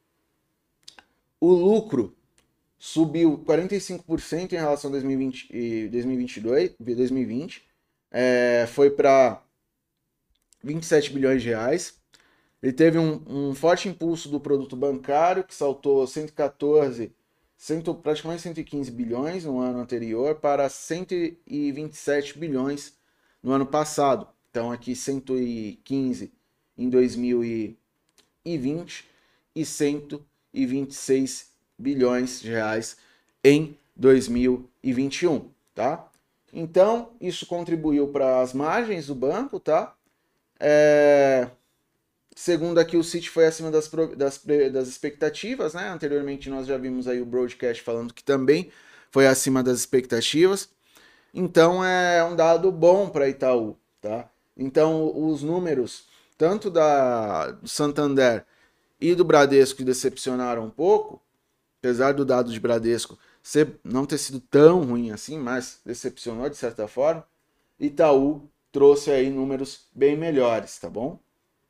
O lucro subiu quarenta e cinco por cento em relação a dois mil e vinte e dois mil e vinte e dois, dois mil e vinte. É, foi para vinte e sete bilhões de reais. Ele teve um, um forte impulso do produto bancário, que saltou cento e quatorze, cento, praticamente cento e quinze bilhões no ano anterior para cento e vinte e sete bilhões no ano passado. Então aqui cento e quinze em dois mil e vinte e cento e vinte e seis bilhões de reais em dois mil e vinte e um, tá? Então, isso contribuiu para as margens do banco, tá? É... Segundo aqui, o Citi foi acima das, das, das expectativas, né? Anteriormente nós já vimos aí o broadcast falando que também foi acima das expectativas. Então, é um dado bom para Itaú, tá? Então, os números, tanto da, do Santander e do Bradesco, que decepcionaram um pouco, apesar do dado de Bradesco ser, não ter sido tão ruim assim, mas decepcionou de certa forma, Itaú trouxe aí números bem melhores, tá bom?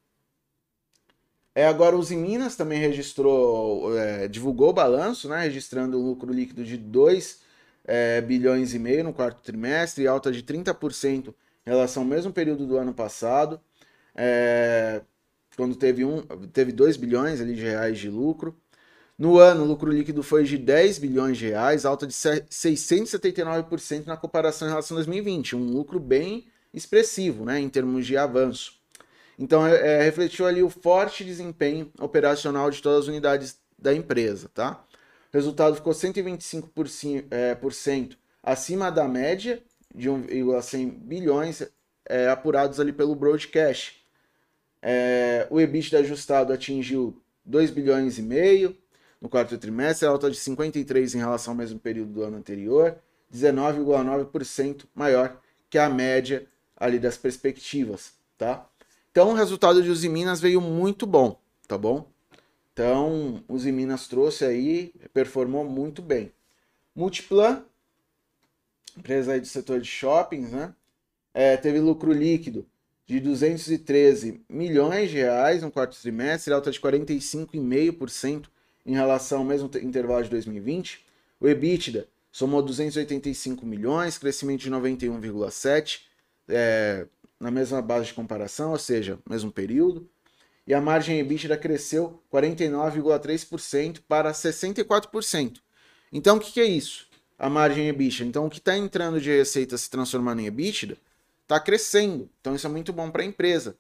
É, agora o Usiminas também registrou, é, divulgou o balanço, né, registrando um lucro líquido de dois é, bilhões e meio no quarto trimestre, alta de trinta por cento em relação ao mesmo período do ano passado, é, quando teve, um, teve dois bilhões ali de reais de lucro. No ano, o lucro líquido foi de dez bilhões de reais, alta de seiscentos e setenta e nove por cento na comparação em relação a dois mil e vinte, um lucro bem expressivo, né, em termos de avanço. Então, é, refletiu ali o forte desempenho operacional de todas as unidades da empresa, tá? O resultado ficou cento e vinte e cinco por cento, é, por cento acima da média de um vírgula cem bilhões é, apurados ali pelo broadcast. É, o EBITDA ajustado atingiu dois bilhões e meio no quarto trimestre, alta de cinquenta e três por cento em relação ao mesmo período do ano anterior, dezenove vírgula nove por cento maior que a média ali das perspectivas, tá? Então, o resultado de Usiminas veio muito bom, tá bom? Então, Usiminas trouxe aí, performou muito bem. Multiplan, empresa aí do setor de shoppings, né? É, teve lucro líquido de duzentos e treze milhões de reais no quarto trimestre, alta de quarenta e cinco vírgula cinco por cento em relação ao mesmo intervalo de dois mil e vinte. O EBITDA somou duzentos e oitenta e cinco milhões, crescimento de noventa e um vírgula sete por cento, é, na mesma base de comparação, ou seja, mesmo período. E a margem EBITDA cresceu quarenta e nove vírgula três por cento para sessenta e quatro por cento. Então, o que, que é isso? A margem EBITDA. Então, o que está entrando de receita se transformando em EBITDA está crescendo. Então, isso é muito bom para a empresa.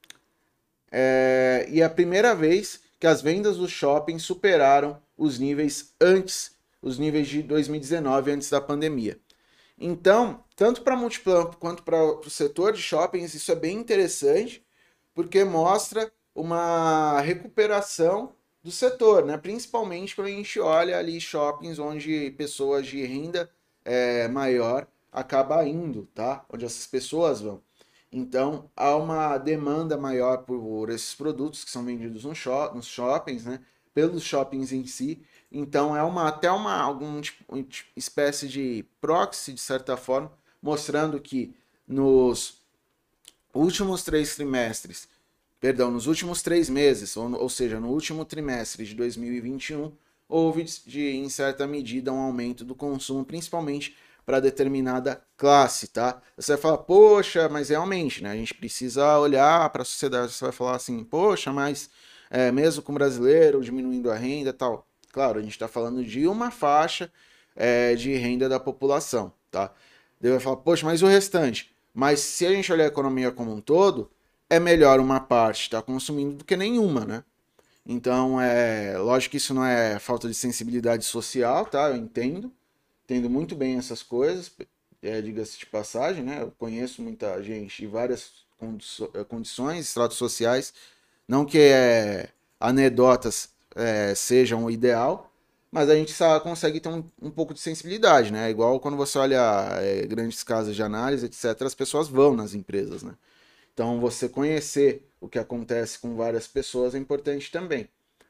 É, e é a primeira vez que as vendas do shopping superaram os níveis antes, os níveis de dois mil e dezenove, antes da pandemia. Então, tanto para a Multiplan quanto para o setor de shoppings, isso é bem interessante, porque mostra uma recuperação do setor, né? Principalmente quando a gente olha ali shoppings onde pessoas de renda é, maior acabam indo, tá? Onde essas pessoas vão. Então, há uma demanda maior por esses produtos que são vendidos nos shoppings, né? Pelos shoppings em si. Então, é uma, até uma alguma tipo, espécie de proxy, de certa forma, mostrando que nos últimos três trimestres, perdão, nos últimos três meses, ou, ou seja, no último trimestre de dois mil e vinte e um, houve, de, em certa medida, um aumento do consumo, principalmente para determinada classe, tá? Você vai falar, poxa, mas realmente, né? A gente precisa olhar para a sociedade. Você vai falar assim, poxa, mas é, mesmo com o brasileiro diminuindo a renda e tal. Claro, a gente está falando de uma faixa é, de renda da população, tá? Daí vai falar, poxa, mas o restante? Mas se a gente olhar a economia como um todo, é melhor uma parte estar consumindo do que nenhuma, né? Então, é lógico que isso não é falta de sensibilidade social, tá? Eu entendo, entendo muito bem essas coisas, é, diga-se de passagem, né? Eu conheço muita gente de várias condições, estratos sociais, não que é, anedotas é, sejam o ideal, mas a gente só consegue ter um, um pouco de sensibilidade, né? Igual quando você olha é, grandes casas de análise, etcétera, as pessoas vão nas empresas, né? Então, você conhecer o que acontece com várias pessoas é importante também.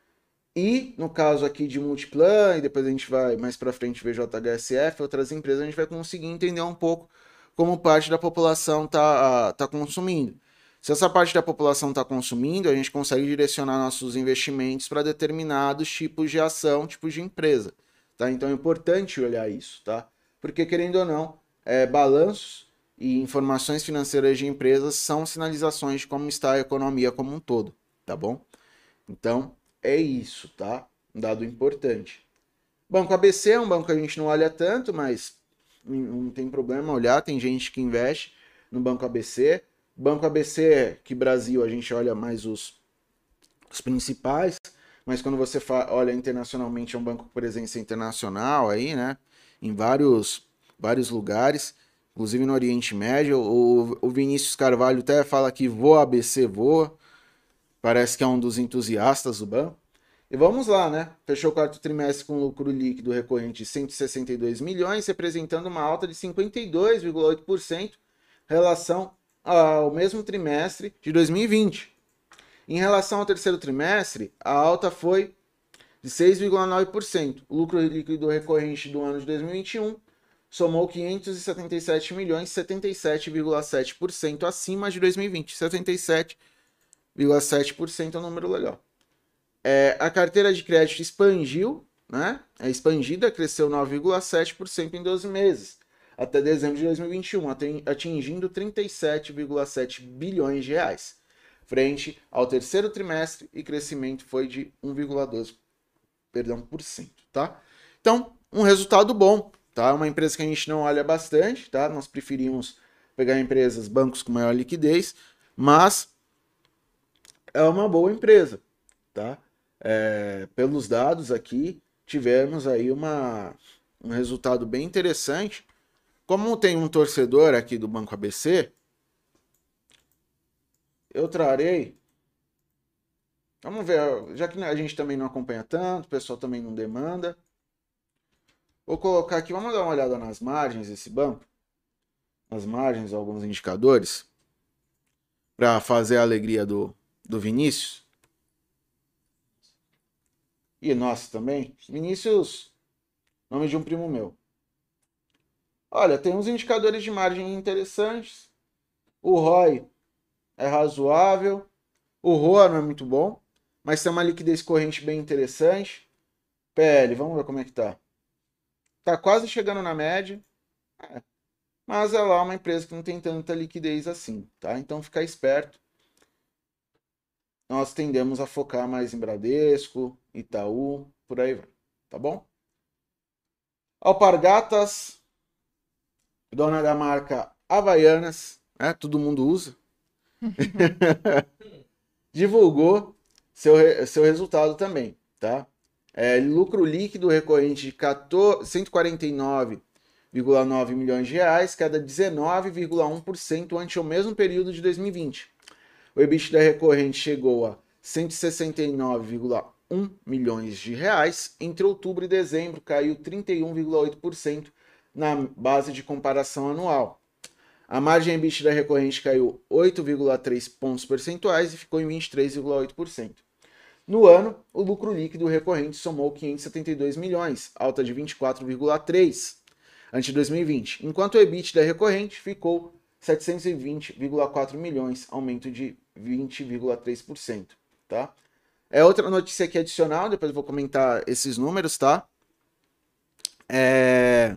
E, no caso aqui de Multiplan, e depois a gente vai mais para frente ver J H S F, outras empresas, a gente vai conseguir entender um pouco como parte da população está tá consumindo. Se essa parte da população está consumindo, a gente consegue direcionar nossos investimentos para determinados tipos de ação, tipos de empresa. Tá? Então é importante olhar isso, tá? Porque, querendo ou não, é, balanços e informações financeiras de empresas são sinalizações de como está a economia como um todo, tá bom? Então, é isso, tá? Um dado importante. Banco A B C é um banco que a gente não olha tanto, mas não tem problema olhar, tem gente que investe no Banco A B C. Banco A B C, que Brasil, a gente olha mais os, os principais, mas quando você olha internacionalmente, é um banco com presença internacional aí, né? Em vários, vários lugares, inclusive no Oriente Médio. O, o Vinícius Carvalho até fala que voa A B C, voa. Parece que é um dos entusiastas do banco. E vamos lá, né? Fechou o quarto trimestre com lucro líquido recorrente de cento e sessenta e dois milhões, representando uma alta de cinquenta e dois vírgula oito por cento em relação ao mesmo trimestre de dois mil e vinte. Em relação ao terceiro trimestre, a alta foi de seis vírgula nove por cento. O lucro líquido recorrente do ano de dois mil e vinte e um somou quinhentos e setenta e sete milhões, setenta e sete vírgula sete por cento acima de dois mil e vinte. setenta e sete vírgula sete por cento é um número legal. É, a carteira de crédito expandiu, né? É expandida, cresceu nove vírgula sete por cento em doze meses, até dezembro de dois mil e vinte e um, atingindo trinta e sete vírgula sete bilhões de reais, frente ao terceiro trimestre, e crescimento foi de um vírgula doze por cento, tá? Então, um resultado bom, tá? Uma empresa que a gente não olha bastante, tá? Nós preferimos pegar empresas, bancos com maior liquidez, mas é uma boa empresa, tá? É, pelos dados aqui, tivemos aí uma, um resultado bem interessante. Como tem um torcedor aqui do Banco A B C, eu trarei... Vamos ver, já que a gente também não acompanha tanto, o pessoal também não demanda. Vou colocar aqui, vamos dar uma olhada nas margens desse banco. Nas margens, alguns indicadores, para fazer a alegria do, do Vinícius. E nossa também. Vinícius, nome de um primo meu. Olha, tem uns indicadores de margem interessantes. O R O I é razoável. O R O A não é muito bom, mas tem uma liquidez corrente bem interessante. P L, vamos ver como é que tá. Tá quase chegando na média. É. Mas é lá uma empresa que não tem tanta liquidez assim, tá? Então ficar esperto. Nós tendemos a focar mais em Bradesco, Itaú, por aí vai, tá bom? Alpargatas, dona da marca Havaianas, né? Todo mundo usa. Divulgou seu, seu resultado também, tá? É, lucro líquido recorrente de cento e quarenta e nove vírgula nove milhões de reais, queda dezenove vírgula um por cento ante o mesmo período de dois mil e vinte. O EBITDA recorrente chegou a cento e sessenta e nove vírgula um milhões de reais. Entre outubro e dezembro, caiu trinta e um vírgula oito por cento na base de comparação anual. A margem EBITDA recorrente caiu oito vírgula três pontos percentuais e ficou em vinte e três vírgula oito por cento. No ano, o lucro líquido recorrente somou quinhentos e setenta e dois milhões, alta de vinte e quatro vírgula três por cento ante dois mil e vinte, enquanto o EBITDA recorrente ficou setecentos e vinte vírgula quatro milhões, aumento de vinte vírgula três por cento, tá? É outra notícia aqui adicional, depois eu vou comentar esses números, tá? É...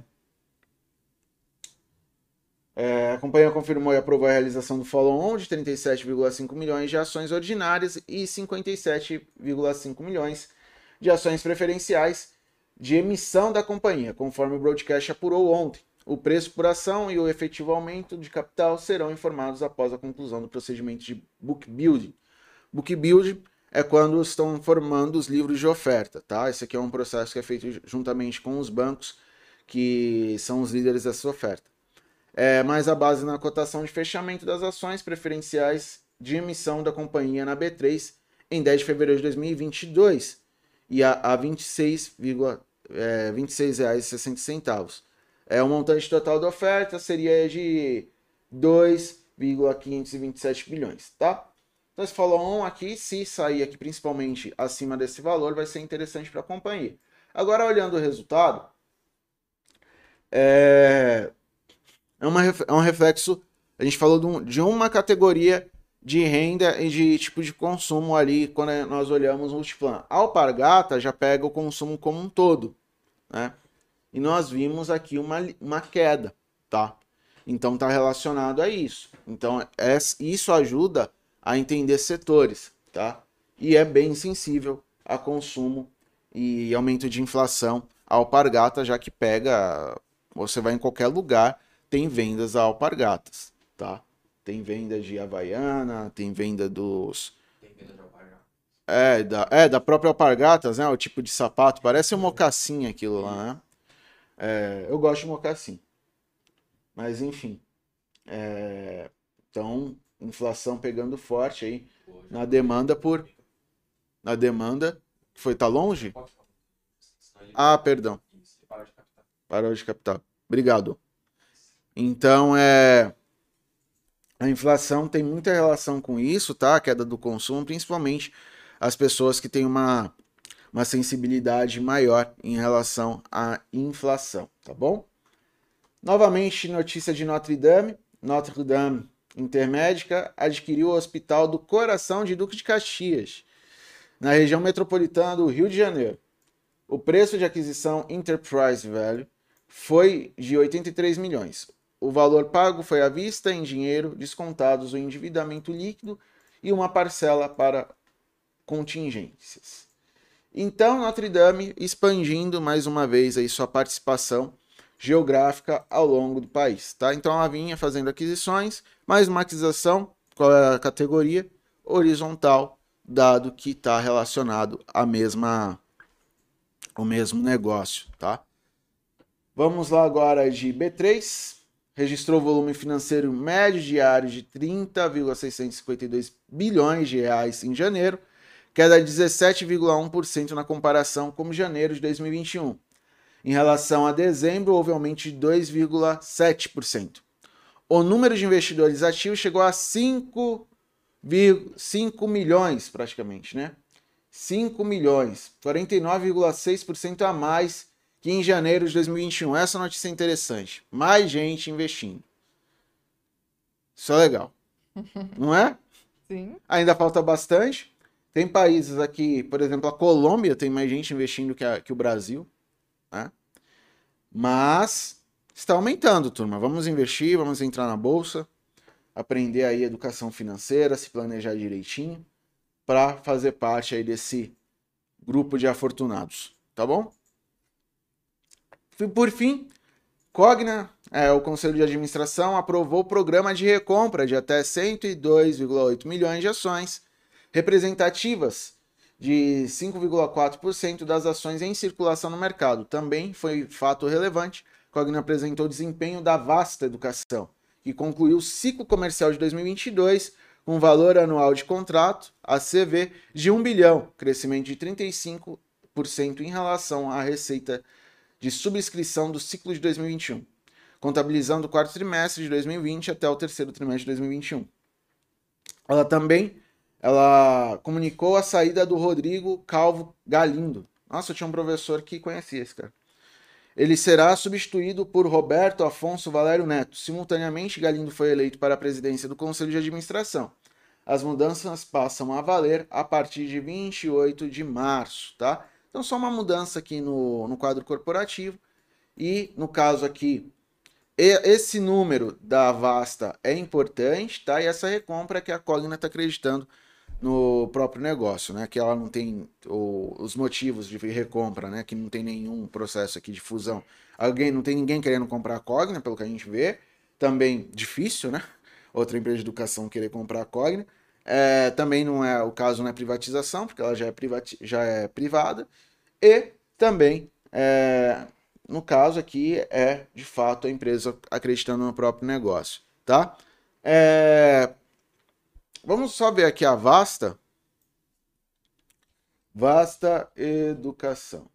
É, a companhia confirmou e aprovou a realização do follow-on de trinta e sete vírgula cinco milhões de ações ordinárias e cinquenta e sete vírgula cinco milhões de ações preferenciais de emissão da companhia, conforme o broadcast apurou ontem. O preço por ação e o efetivo aumento de capital serão informados após a conclusão do procedimento de book building. Book building é quando estão formando os livros de oferta, tá? Esse aqui é um processo que é feito juntamente com os bancos, que são os líderes dessa oferta. É mais a base na cotação de fechamento das ações preferenciais de emissão da companhia na B três em dez de fevereiro de dois mil e vinte e dois e a, a vinte e seis reais e sessenta centavos. É, o montante total da oferta seria de dois vírgula quinhentos e vinte e sete bilhões, tá? Então, esse follow-on aqui, se sair aqui principalmente acima desse valor, vai ser interessante para a companhia. Agora, olhando o resultado, é, é, uma, é um reflexo, a gente falou de, um, de uma categoria de renda e de tipo de consumo ali, quando nós olhamos o Multiplan. A Alpargata já pega o consumo como um todo, né? E nós vimos aqui uma, uma queda, tá? Então tá relacionado a isso. Então é, isso ajuda a entender setores, tá? E é bem sensível a consumo e aumento de inflação a Alpargata, já que pega, você vai em qualquer lugar, tem vendas a Alpargatas, tá? Tem venda de Havaiana, tem venda dos... Tem venda de Alpargatas. É, da, é, da própria Alpargatas, né? O tipo de sapato, parece um mocassim aquilo lá, né? É, eu gosto de mocassim. Mas enfim. É, então, inflação pegando forte aí na demanda por... Na demanda... Foi, tá longe? Ah, perdão. Parou de captar. Obrigado. Então, é... A inflação tem muita relação com isso, tá? A queda do consumo, principalmente as pessoas que têm uma... uma sensibilidade maior em relação à inflação, tá bom? Novamente, notícia de Notre Dame. Notre Dame Intermédica adquiriu o Hospital do Coração de Duque de Caxias, na região metropolitana do Rio de Janeiro. O preço de aquisição Enterprise Value foi de oitenta e três milhões. O valor pago foi à vista em dinheiro, descontados o endividamento líquido e uma parcela para contingências. Então, Notre Dame expandindo mais uma vez aí sua participação geográfica ao longo do país, tá? Então, ela vinha fazendo aquisições, mais uma aquisição, qual é a categoria? Horizontal, dado que está relacionado à mesma, ao mesmo negócio, tá? Vamos lá agora de B três, registrou volume financeiro médio diário de trinta vírgula seiscentos e cinquenta e dois bilhões de reais em janeiro, queda de dezessete vírgula um por cento na comparação com janeiro de dois mil e vinte e um. Em relação a dezembro, houve aumento de dois vírgula sete por cento. O número de investidores ativos chegou a cinco, cinco milhões, praticamente, né? cinco milhões, quarenta e nove vírgula seis por cento a mais que em janeiro de dois mil e vinte e um. Essa notícia é interessante. Mais gente investindo. Isso é legal. Não é? Sim. Ainda falta bastante. Tem países aqui, por exemplo, a Colômbia tem mais gente investindo que, a, que o Brasil, né? Mas está aumentando, turma. Vamos investir, vamos entrar na bolsa, aprender aí educação financeira, se planejar direitinho, para fazer parte aí desse grupo de afortunados, tá bom? Por fim, Cogna, é, o Conselho de Administração, aprovou o programa de recompra de até cento e dois vírgula oito milhões de ações representativas de cinco vírgula quatro por cento das ações em circulação no mercado. Também foi fato relevante. Cogna apresentou o desempenho da Vasta Educação, que concluiu o ciclo comercial de dois mil e vinte e dois com valor anual de contrato, A C V, de um bilhão, crescimento de trinta e cinco por cento em relação à receita de subscrição do ciclo de dois mil e vinte e um, contabilizando o quarto trimestre de dois mil e vinte até o terceiro trimestre de dois mil e vinte e um. Ela também ela comunicou a saída do Rodrigo Calvo Galindo. Nossa, eu tinha um professor que conhecia esse cara. Ele será substituído por Roberto Afonso Valério Neto. Simultaneamente, Galindo foi eleito para a presidência do Conselho de Administração. As mudanças passam a valer a partir de vinte e oito de março, tá? Então, só uma mudança aqui no, no quadro corporativo. E, no caso aqui, esse número da Vasta é importante, tá? E essa recompra que a Cogna está acreditando no próprio negócio, né? Que ela não tem o, os motivos de recompra, né? Que não tem nenhum processo aqui de fusão. Alguém, não tem ninguém querendo comprar a Cogna, pelo que a gente vê. Também difícil, né? Outra empresa de educação querer comprar a Cogna. É, também não é o caso, não é privatização, porque ela já é, privati já é privada. E também, é, no caso aqui, é de fato a empresa acreditando no próprio negócio, tá? É, vamos só ver aqui a Vasta. Vasta Educação.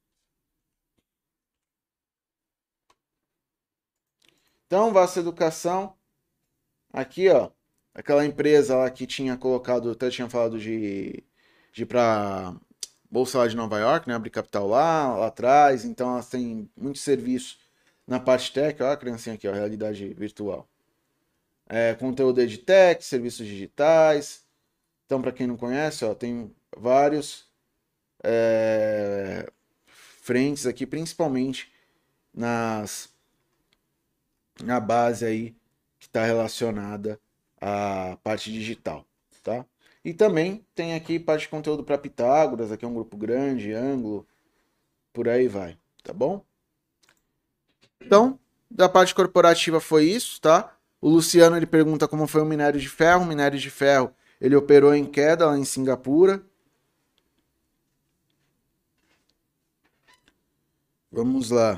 Então, Vasta Educação, aqui, ó, aquela empresa lá que tinha colocado, até tinha falado de, de ir para Bolsa lá de Nova York, né, abrir capital lá, lá atrás, então elas têm muito serviço na parte tech, ó, a criancinha aqui, ó, realidade virtual. É, conteúdo edtech, serviços digitais. Então, para quem não conhece, ó, tem vários é, frentes aqui, principalmente nas na base aí que está relacionada à parte digital, tá? E também tem aqui parte de conteúdo para Pitágoras, aqui é um grupo grande, ângulo, por aí vai, tá bom? Então, da parte corporativa foi isso, tá? O Luciano, ele pergunta como foi o minério de ferro. O minério de ferro, ele operou em queda lá em Singapura. Vamos lá.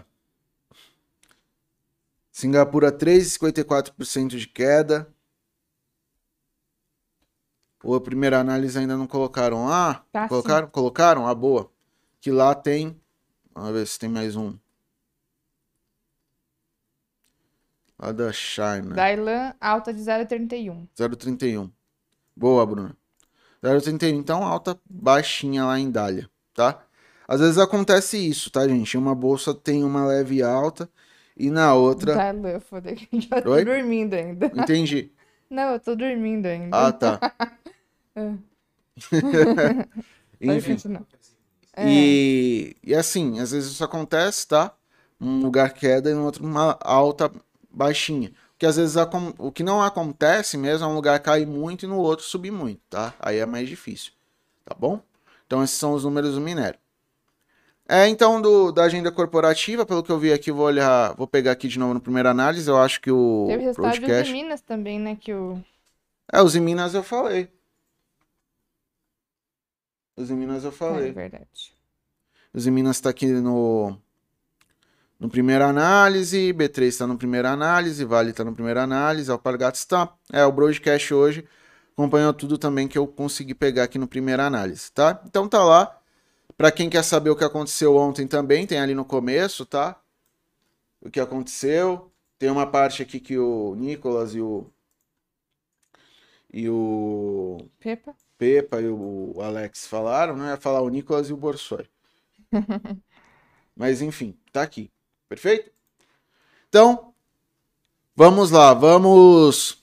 Singapura, três vírgula cinquenta e quatro por cento de queda. Ou a primeira análise ainda não colocaram lá? Tá, colocaram? sim. Colocaram? Ah, boa. Que lá tem... Vamos ver se tem mais um. Lá da China. Dailan, alta de zero vírgula trinta e um. zero vírgula trinta e um. Boa, Bruna. zero vírgula trinta e um. Então, alta baixinha lá em Dália, tá? Às vezes acontece isso, tá, gente? Uma bolsa tem uma leve alta e na outra... Dailan, foda-se. Eu tô Oi? dormindo ainda. Entendi. Não, eu tô dormindo ainda. Ah, tá. Pode Enfim. continuar. É. E, e assim, às vezes isso acontece, tá? Um lugar queda e no outro uma alta baixinha. Porque às vezes acon- o que não acontece mesmo é um lugar cair muito e no outro subir muito, tá? Aí é mais difícil, tá bom? Então esses são os números do minério. É, então, do, da agenda corporativa, pelo que eu vi aqui, vou olhar, vou pegar aqui de novo no primeira análise, eu acho que o Teve resultado de broadcast... Minas também, né? Que o... É, os em Minas eu falei. Os em Minas eu É falei. verdade. Os em Minas tá aqui no... No primeira análise, B três está no primeira análise, Vale está no primeira análise, Alpargatas está. É, o broadcast hoje acompanhou tudo também que eu consegui pegar aqui no primeira análise, tá? Então tá lá. Para quem quer saber o que aconteceu ontem também, tem ali no começo, tá? O que aconteceu. Tem uma parte aqui que o Nicolas e o e o Pepa? Pepa e o Alex falaram, não ia falar o Nicolas e o Borsoi. Mas enfim, tá aqui. Perfeito? Então, vamos lá, vamos...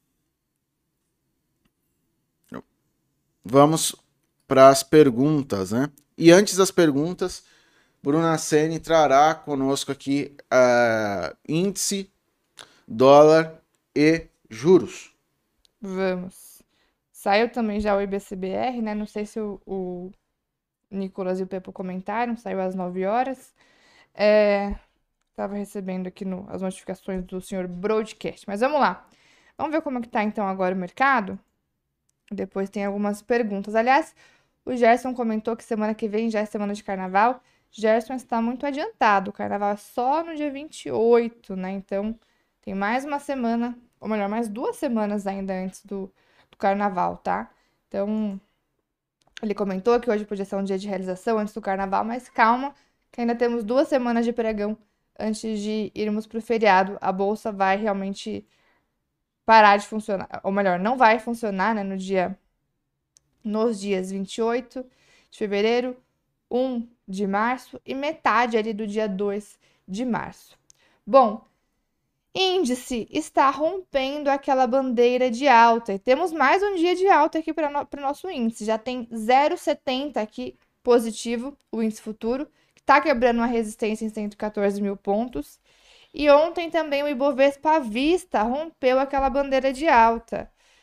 Vamos para as perguntas, né? E antes das perguntas, Bruna Sene trará conosco aqui uh, índice, dólar e juros. Vamos. Saiu também já o I B C B R, né? Não sei se o, o Nicolas e o Pepo comentaram, saiu às nove horas. É... Tava recebendo aqui no, as notificações do senhor Broadcast. Mas vamos lá. Vamos ver como é que tá então agora o mercado? Depois tem algumas perguntas. Aliás, o Gerson comentou que semana que vem já é semana de carnaval. Gerson está muito adiantado. O carnaval é só no dia vinte e oito, né? Então, tem mais uma semana, ou melhor, mais duas semanas ainda antes do, do carnaval, tá? Então, ele comentou que hoje podia ser um dia de realização antes do carnaval, mas calma, que ainda temos duas semanas de pregão antes de irmos pro feriado. A bolsa vai realmente parar de funcionar, ou melhor, não vai funcionar, né, no dia, nos dias vinte e oito de fevereiro, um de março e metade ali do dia dois de março. Bom, índice está rompendo aquela bandeira de alta e temos mais um dia de alta aqui para no, o nosso índice. Já tem zero vírgula setenta aqui positivo, o índice futuro, que está quebrando uma resistência em cento e quatorze mil pontos. E ontem também o Ibovespa à vista rompeu aquela bandeira de alta.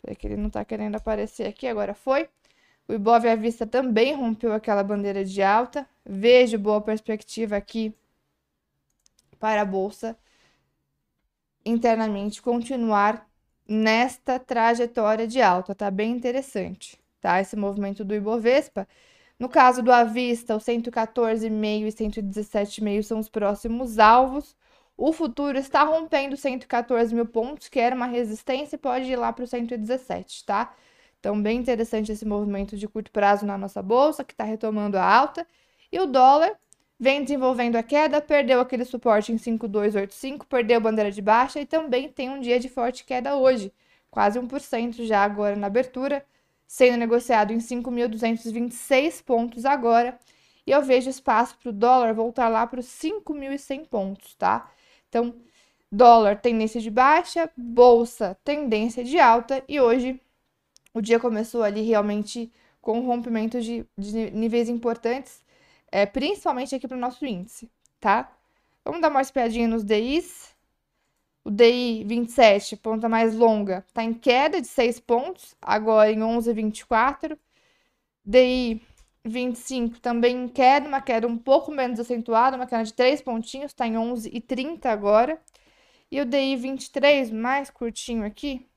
É que ele não tá querendo aparecer aqui, agora foi. O Ibov à vista também rompeu aquela bandeira de alta. Vejo boa perspectiva aqui para a Bolsa internamente continuar nesta trajetória de alta. Tá bem interessante, tá? Esse movimento do Ibovespa. No caso do à vista, o cento e quatorze vírgula cinco e cento e dezessete vírgula cinco são os próximos alvos. O futuro está rompendo cento e quatorze mil pontos, que era uma resistência, e pode ir lá para o cento e dezessete, tá? Então, bem interessante esse movimento de curto prazo na nossa bolsa, que está retomando a alta. E o dólar vem desenvolvendo a queda, perdeu aquele suporte em cinco mil duzentos e oitenta e cinco, perdeu bandeira de baixa e também tem um dia de forte queda hoje, quase um por cento já agora na abertura, sendo negociado em cinco mil duzentos e vinte e seis pontos agora. E eu vejo espaço para o dólar voltar lá para os cinco mil e cem pontos, tá? Então, dólar tendência de baixa, bolsa tendência de alta e hoje o dia começou ali realmente com um rompimento de, de níveis importantes, é, principalmente aqui para o nosso índice, tá? Vamos dar uma espiadinha nos D Is. O D I vinte e sete, ponta mais longa, está em queda de seis pontos, agora em onze vírgula vinte e quatro. D I vinte e cinco também em queda, uma queda um pouco menos acentuada, uma queda de três pontinhos, está em onze vírgula trinta agora. E o D I vinte e três, mais curtinho aqui,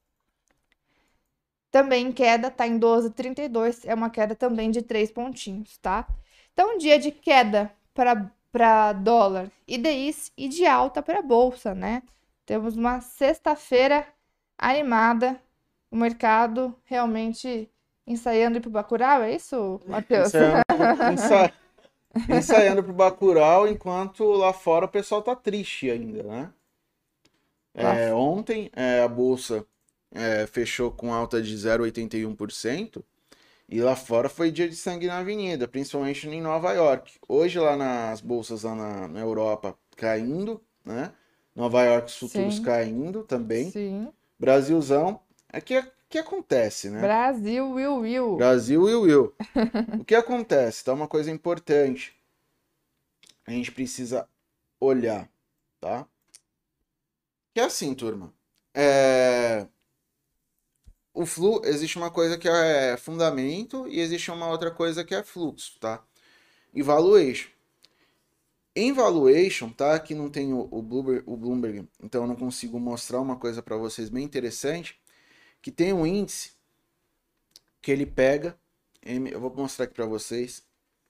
também em queda, está em doze vírgula trinta e dois, é uma queda também de três pontinhos, tá? Então, dia de queda para dólar e D Is e de alta para bolsa, né? Temos uma sexta-feira animada, o mercado realmente ensaiando ir pro Bacurau, é isso, Matheus? Ensaiando, ensa... ensaiando pro Bacurau, enquanto lá fora o pessoal tá triste ainda, né? É, ontem é, a Bolsa é, fechou com alta de zero vírgula oitenta e um por cento e lá fora foi dia de sangue na avenida, principalmente em Nova York. Hoje lá nas bolsas lá na, na Europa caindo, né? Nova York, os futuros Sim. caindo também. Sim. Brasilzão. É que, que acontece, né? Brasil, Will, Will. Brasil, Will, Will. O que acontece? Tá uma coisa importante. A gente precisa olhar, tá? Que é assim, turma. É... O flu... Existe uma coisa que é fundamento e existe uma outra coisa que é fluxo, tá? E valuation. Em valuation, tá? Aqui não tem o, o, Bloomberg, o Bloomberg, então eu não consigo mostrar uma coisa para vocês bem interessante, que tem um índice que ele pega, eu vou mostrar aqui para vocês.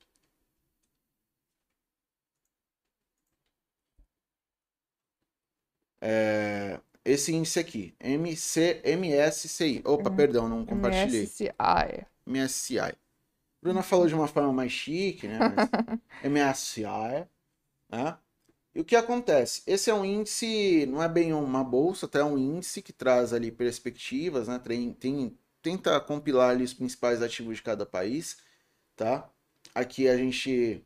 É, esse índice aqui, M C, M S C I. Opa, uhum. Perdão, não compartilhei. M S C I. M S C I. Bruna falou de uma forma mais chique, né? Mas M S C I. Né? E o que acontece? Esse é um índice, não é bem uma bolsa, até é um índice que traz ali perspectivas, né? Tem, tem, tenta compilar ali os principais ativos de cada país, tá? Aqui a gente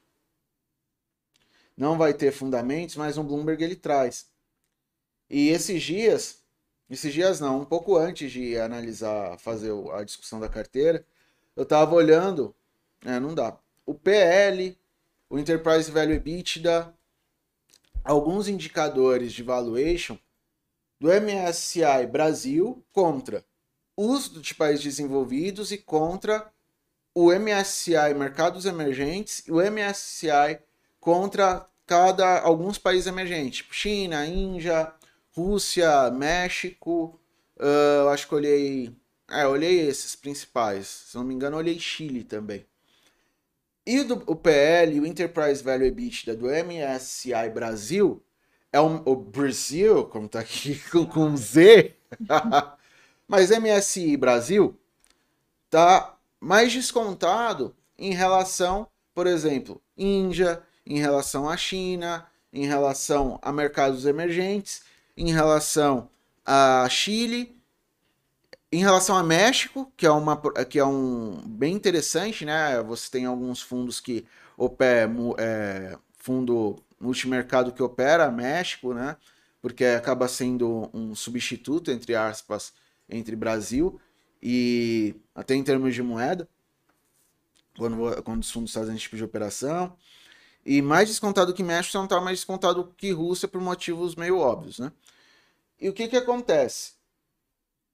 não vai ter fundamentos, mas no Bloomberg ele traz. E esses dias, esses dias não, um pouco antes de analisar, fazer a discussão da carteira, eu tava olhando, é, não dá, o P L, o Enterprise Value EBITDA, alguns indicadores de valuation do M S C I Brasil contra os de países desenvolvidos e contra o M S C I Mercados Emergentes e o M S C I contra cada alguns países emergentes, tipo China, Índia, Rússia, México, uh, acho que olhei, é, olhei esses principais, se não me engano olhei Chile também. E do, o P L, o Enterprise Value EBITDA do M S C I Brasil, é um, o Brasil, como tá aqui com, com Z, mas M S C I Brasil tá mais descontado em relação, por exemplo, Índia, em relação à China, em relação a mercados emergentes, em relação a Chile, em relação a México, que é, uma, que é um bem interessante, né? Você tem alguns fundos que operam, é, fundo multimercado que opera México, né? Porque acaba sendo um substituto, entre aspas, entre Brasil e até em termos de moeda, quando, quando os fundos fazem esse tipo de operação. E mais descontado que México, não está mais descontado que Rússia por motivos meio óbvios, né? E o que que acontece?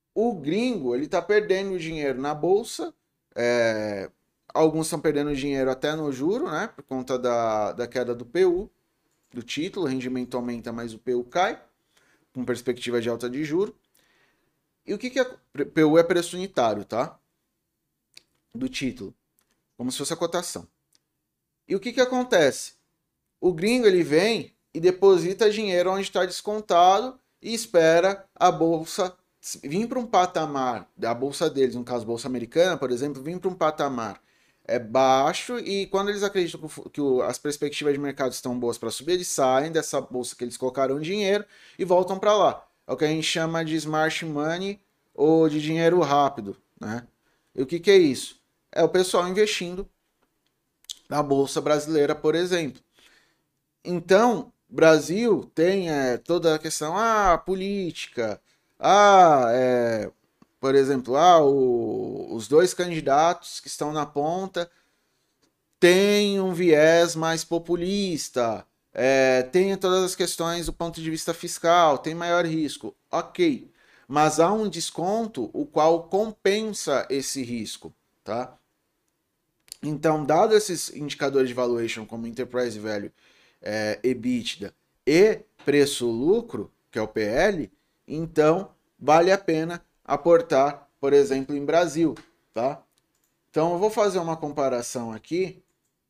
O gringo, ele tá perdendo dinheiro na bolsa, é, alguns estão perdendo dinheiro até no juro, né? Por conta da, da queda do P U, do título, o rendimento aumenta, mas o P U cai, com perspectiva de alta de juro. E o que, que é P U? É preço unitário, tá? Do título, como se fosse a cotação. E o que, que acontece? O gringo, ele vem e deposita dinheiro onde está descontado e espera a bolsa vir para um patamar, a bolsa deles, no caso a bolsa americana, por exemplo, vir para um patamar é baixo, e quando eles acreditam que, que o, as perspectivas de mercado estão boas para subir, eles saem dessa bolsa que eles colocaram dinheiro e voltam para lá. É o que a gente chama de smart money ou de dinheiro rápido, né? E o que, que é isso? É o pessoal investindo na bolsa brasileira, por exemplo. Então, Brasil tem é, toda a questão, ah, política, ah, é, por exemplo, ah, o, os dois candidatos que estão na ponta têm um viés mais populista, é, tem todas as questões do ponto de vista fiscal, tem maior risco, ok, mas há um desconto o qual compensa esse risco, tá? Então, dado esses indicadores de valuation como Enterprise Value, é, EBITDA e preço-lucro, que é o P L, então vale a pena aportar, por exemplo, em Brasil, tá? Então, eu vou fazer uma comparação aqui.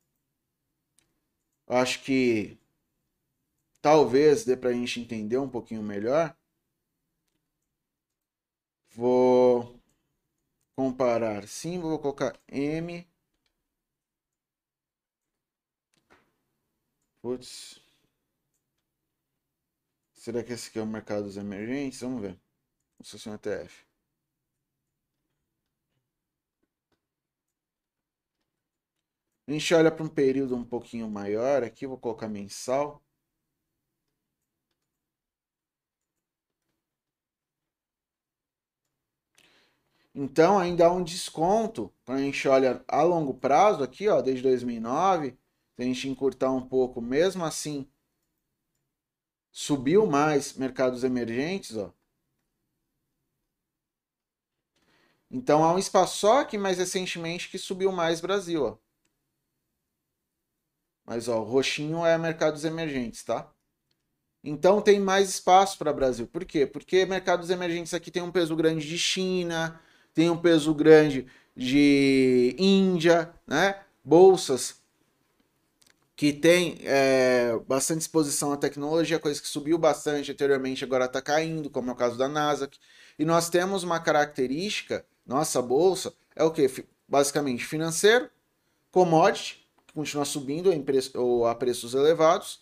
Eu acho que talvez dê para a gente entender um pouquinho melhor. Vou comparar símbolo, vou colocar M. Putz. Será que esse aqui é o mercado dos emergentes? Vamos ver. Como se fosse um E T F. A gente olha para um período um pouquinho maior. Aqui eu vou colocar mensal. Então ainda há um desconto. Quando a gente olha a longo prazo aqui, ó, desde dois mil e nove, se a gente encurtar um pouco, mesmo assim, subiu mais mercados emergentes, ó. Então há um espaço só aqui mais recentemente que subiu mais Brasil, ó. Mas ó, o roxinho é mercados emergentes, tá? Então tem mais espaço para Brasil. Por quê? Porque mercados emergentes aqui tem um peso grande de China, tem um peso grande de Índia, né? Bolsas que tem é, bastante exposição à tecnologia, coisa que subiu bastante anteriormente, agora está caindo, como é o caso da Nasdaq. E nós temos uma característica, nossa bolsa, é o que? Basicamente financeiro, commodity, que continua subindo em preço, ou a preços elevados,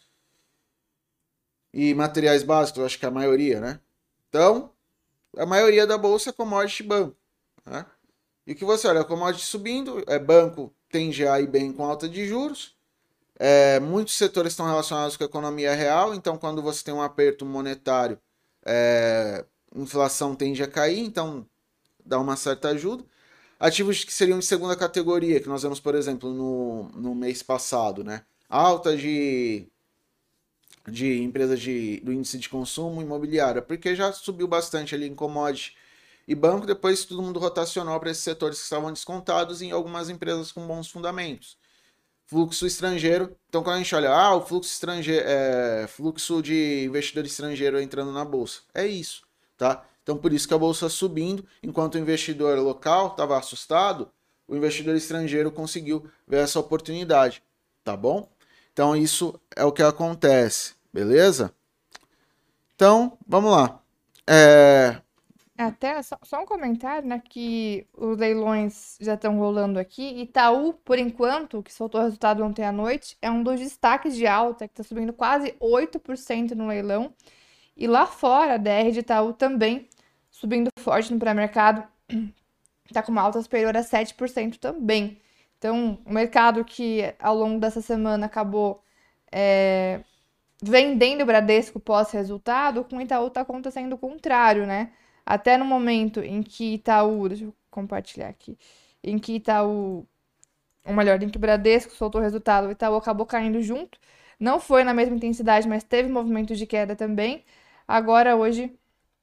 e materiais básicos, acho que a maioria, né? Então, a maioria da bolsa é commodity banco, né? E o que você olha, a commodity subindo, é banco tende a ir bem com alta de juros, é, muitos setores estão relacionados com a economia real, então quando você tem um aperto monetário, é, inflação tende a cair, então dá uma certa ajuda. Ativos que seriam de segunda categoria, que nós vemos, por exemplo, no, no mês passado, né? Alta de, de empresas de, do índice de consumo imobiliário, porque já subiu bastante ali em commodity e banco, depois todo mundo rotacionou para esses setores que estavam descontados em algumas empresas com bons fundamentos. Fluxo estrangeiro, então quando a gente olha, ah, o fluxo estrangeiro, é, fluxo de investidor estrangeiro entrando na bolsa, é isso, tá? Então por isso que a bolsa subindo, enquanto o investidor local estava assustado, o investidor estrangeiro conseguiu ver essa oportunidade, tá bom? Então isso é o que acontece, beleza? Então, vamos lá. É... Até só, só um comentário, né? Que os leilões já estão rolando aqui. Itaú, por enquanto, que soltou o resultado ontem à noite, é um dos destaques de alta, que está subindo quase oito por cento no leilão. E lá fora, a D R de Itaú também subindo forte no pré-mercado, está com uma alta superior a sete por cento também. Então, o mercado que ao longo dessa semana acabou é, vendendo o Bradesco pós-resultado, com o Itaú está acontecendo o contrário, né? Até no momento em que Itaú, deixa eu compartilhar aqui, em que Itaú, ou melhor, em que o Bradesco soltou o resultado, o Itaú acabou caindo junto. Não foi na mesma intensidade, mas teve movimentos de queda também. Agora, hoje,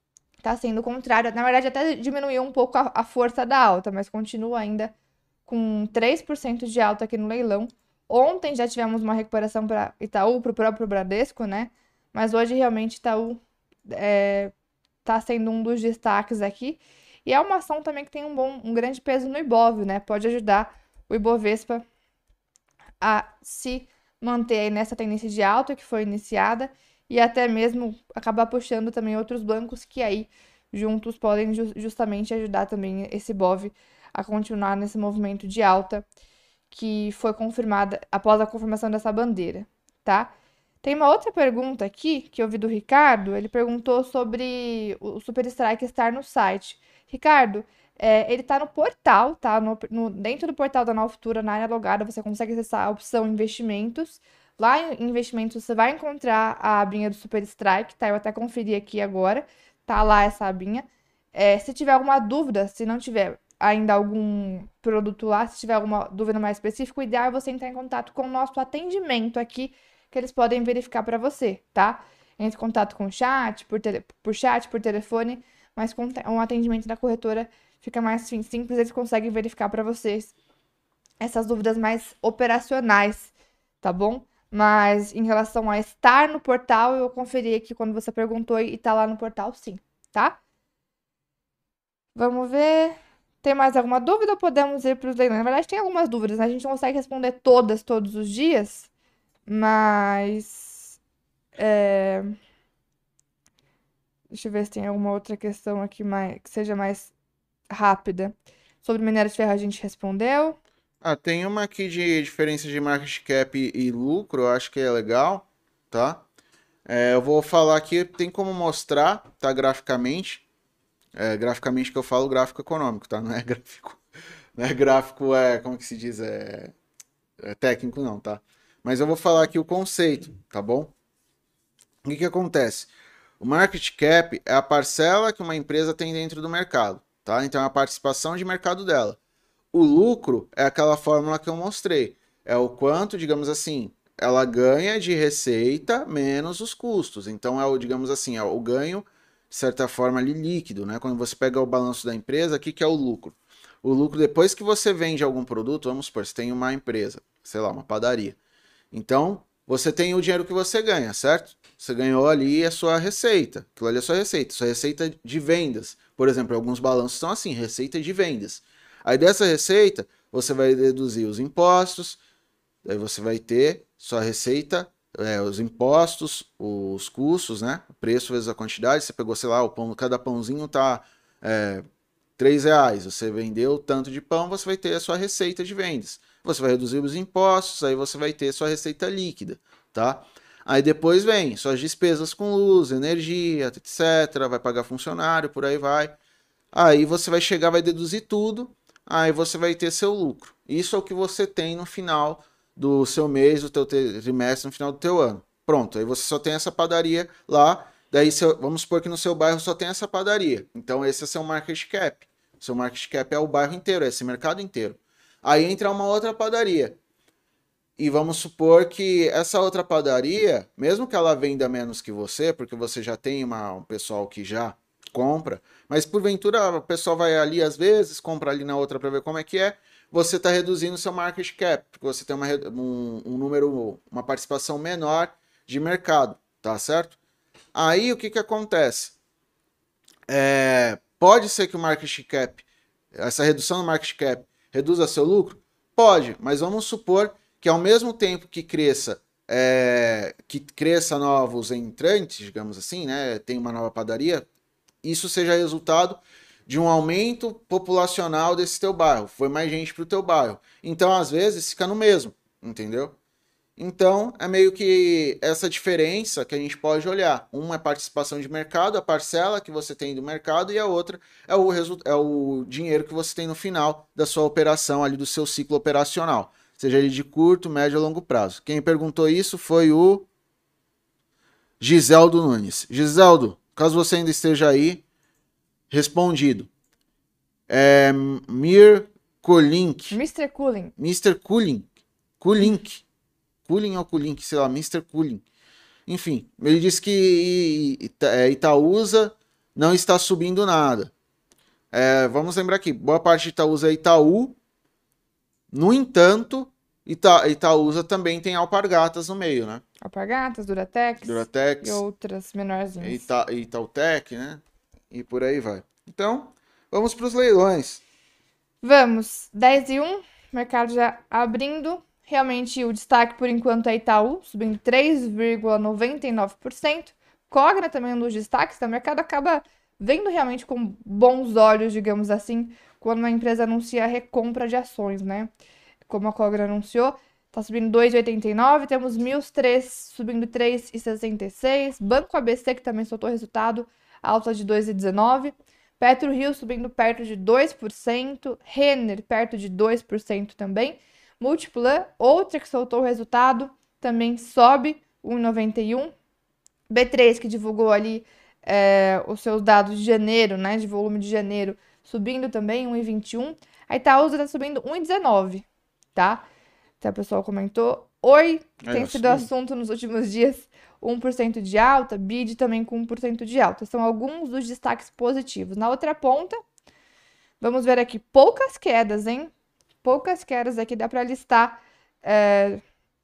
tá sendo o contrário. Na verdade, até diminuiu um pouco a, a força da alta, mas continua ainda com três por cento de alta aqui no leilão. Ontem já tivemos uma recuperação para Itaú, para o próprio Bradesco, né? Mas hoje realmente Itaú é, tá sendo um dos destaques aqui. E é uma ação também que tem um, bom, um grande peso no Ibov, né? Pode ajudar o Ibovespa a se manter aí nessa tendência de alta que foi iniciada e até mesmo acabar puxando também outros bancos que aí juntos podem ju- justamente ajudar também esse I B O V a continuar nesse movimento de alta que foi confirmada após a confirmação dessa bandeira, tá? Tem uma outra pergunta aqui que eu vi do Ricardo. Ele perguntou sobre o Super Strike estar no site. Ricardo, é, ele tá no portal, tá? No, no- dentro do portal da Nova Futura, na área logada, você consegue acessar a opção investimentos. Lá em investimentos você vai encontrar a abinha do Super Strike, tá? Eu até conferi aqui agora. Tá lá essa abinha. É, se tiver alguma dúvida, se não tiver ainda algum produto lá, se tiver alguma dúvida mais específica, o ideal é você entrar em contato com o nosso atendimento aqui, que eles podem verificar para você, tá? Entre em contato com o chat, por, tele, por chat, por telefone, mas com um atendimento da corretora fica mais sim, simples, eles conseguem verificar para vocês essas dúvidas mais operacionais, tá bom? Mas em relação a estar no portal, eu conferi aqui quando você perguntou e tá lá no portal sim, tá? Vamos ver. Tem mais alguma dúvida ou podemos ir para os leilões? Na verdade, tem algumas dúvidas, né? A gente não consegue responder todas, todos os dias, mas. é, Deixa eu ver se tem alguma outra questão aqui mais... que seja mais rápida. Sobre minério de ferro a gente respondeu. Ah, tem uma aqui de diferença de market cap e, e lucro, eu acho que é legal, tá? É, eu vou falar aqui, tem como mostrar, tá, graficamente. É, graficamente que eu falo gráfico econômico, tá? Não é gráfico, não é gráfico, é, como que se diz, é, é técnico não, tá? Mas eu vou falar aqui o conceito, tá bom? O que que acontece? O market cap é a parcela que uma empresa tem dentro do mercado, tá? Então é a participação de mercado dela. O lucro é aquela fórmula que eu mostrei. É o quanto, digamos assim, ela ganha de receita menos os custos. Então é o, digamos assim, é o ganho, de certa forma, ali líquido, né? Quando você pega o balanço da empresa, o que, que é o lucro? O lucro, depois que você vende algum produto, vamos supor, você tem uma empresa, sei lá, uma padaria. Então, você tem o dinheiro que você ganha, certo? Você ganhou ali a sua receita. Aquilo ali é a sua receita. Sua receita de vendas. Por exemplo, alguns balanços são assim, receita de vendas. Aí dessa receita, você vai deduzir os impostos, aí você vai ter sua receita, é, os impostos, os custos, né? O preço vezes a quantidade. Você pegou, sei lá, o pão, cada pãozinho tá é, três reais. Você vendeu tanto de pão, você vai ter a sua receita de vendas. Você vai reduzir os impostos, aí você vai ter sua receita líquida, tá? Aí depois vem suas despesas com luz, energia, etcétera. Vai pagar funcionário, por aí vai. Aí você vai chegar, vai deduzir tudo, aí você vai ter seu lucro. Isso é o que você tem no final do seu mês, do teu trimestre, no final do teu ano. Pronto, aí você só tem essa padaria lá, daí seu, vamos supor que no seu bairro só tem essa padaria. Então esse é seu market cap. Seu market cap é o bairro inteiro, é esse mercado inteiro. Aí entra uma outra padaria. E vamos supor que essa outra padaria, mesmo que ela venda menos que você, porque você já tem uma, um pessoal que já compra, mas porventura o pessoal vai ali às vezes, compra ali na outra para ver como é que é, você está reduzindo seu market cap, porque você tem uma, um, um número, uma participação menor de mercado, tá certo? Aí o que que acontece? É, pode ser que o market cap, essa redução do market cap, reduza seu lucro? Pode, mas vamos supor que ao mesmo tempo que cresça, é, que cresça novos entrantes, digamos assim, né, tem uma nova padaria, isso seja resultado de um aumento populacional desse teu bairro, foi mais gente pro teu bairro. Então, às vezes, fica no mesmo, entendeu? Então, é meio que essa diferença que a gente pode olhar. Uma é participação de mercado, a parcela que você tem do mercado, e a outra é o, é o dinheiro que você tem no final da sua operação, ali do seu ciclo operacional. Seja ele de curto, médio ou longo prazo. Quem perguntou isso foi o Giseldo Nunes. Giseldo, caso você ainda esteja aí, respondido. É Mir Kulink. mister Cooling. mister Kulink. Kulink. Kulink ou Kulink, sei lá, mister Kulink. Enfim, ele disse que Ita Itaúsa não está subindo nada. É, vamos lembrar aqui, boa parte de Itaúsa é Itaú. No entanto, Ita, Itaúsa também tem Alpargatas no meio, né? Alpargatas, Duratex, Duratex e outras menorzinhas. Ita, Itautec, né? E por aí vai. Então, vamos para os leilões. Vamos, dez e um, mercado já abrindo. Realmente o destaque por enquanto é Itaú, subindo três vírgula noventa e nove por cento. Cogna também é um dos destaques, então o mercado acaba vendo realmente com bons olhos, digamos assim, quando uma empresa anuncia a recompra de ações, né? Como a Cogna anunciou, tá subindo dois vírgula oitenta e nove, temos Mills três subindo três vírgula sessenta e seis, Banco A B C, que também soltou resultado, alta de dois vírgula dezenove, PetroRio subindo perto de dois por cento, Renner perto de dois por cento também, Multiplan, outra que soltou o resultado, também sobe um vírgula noventa e um, B três, que divulgou ali é, os seus dados de janeiro, né, de volume de janeiro, subindo também um vírgula vinte e um, a Itaúsa tá subindo um vírgula dezenove, tá? Então, o pessoal comentou. Oi, que tem sido assunto nos últimos dias, um por cento de alta, B I D também com um por cento de alta. São alguns dos destaques positivos. Na outra ponta, vamos ver aqui poucas quedas, hein? Poucas quedas aqui, dá para listar. É...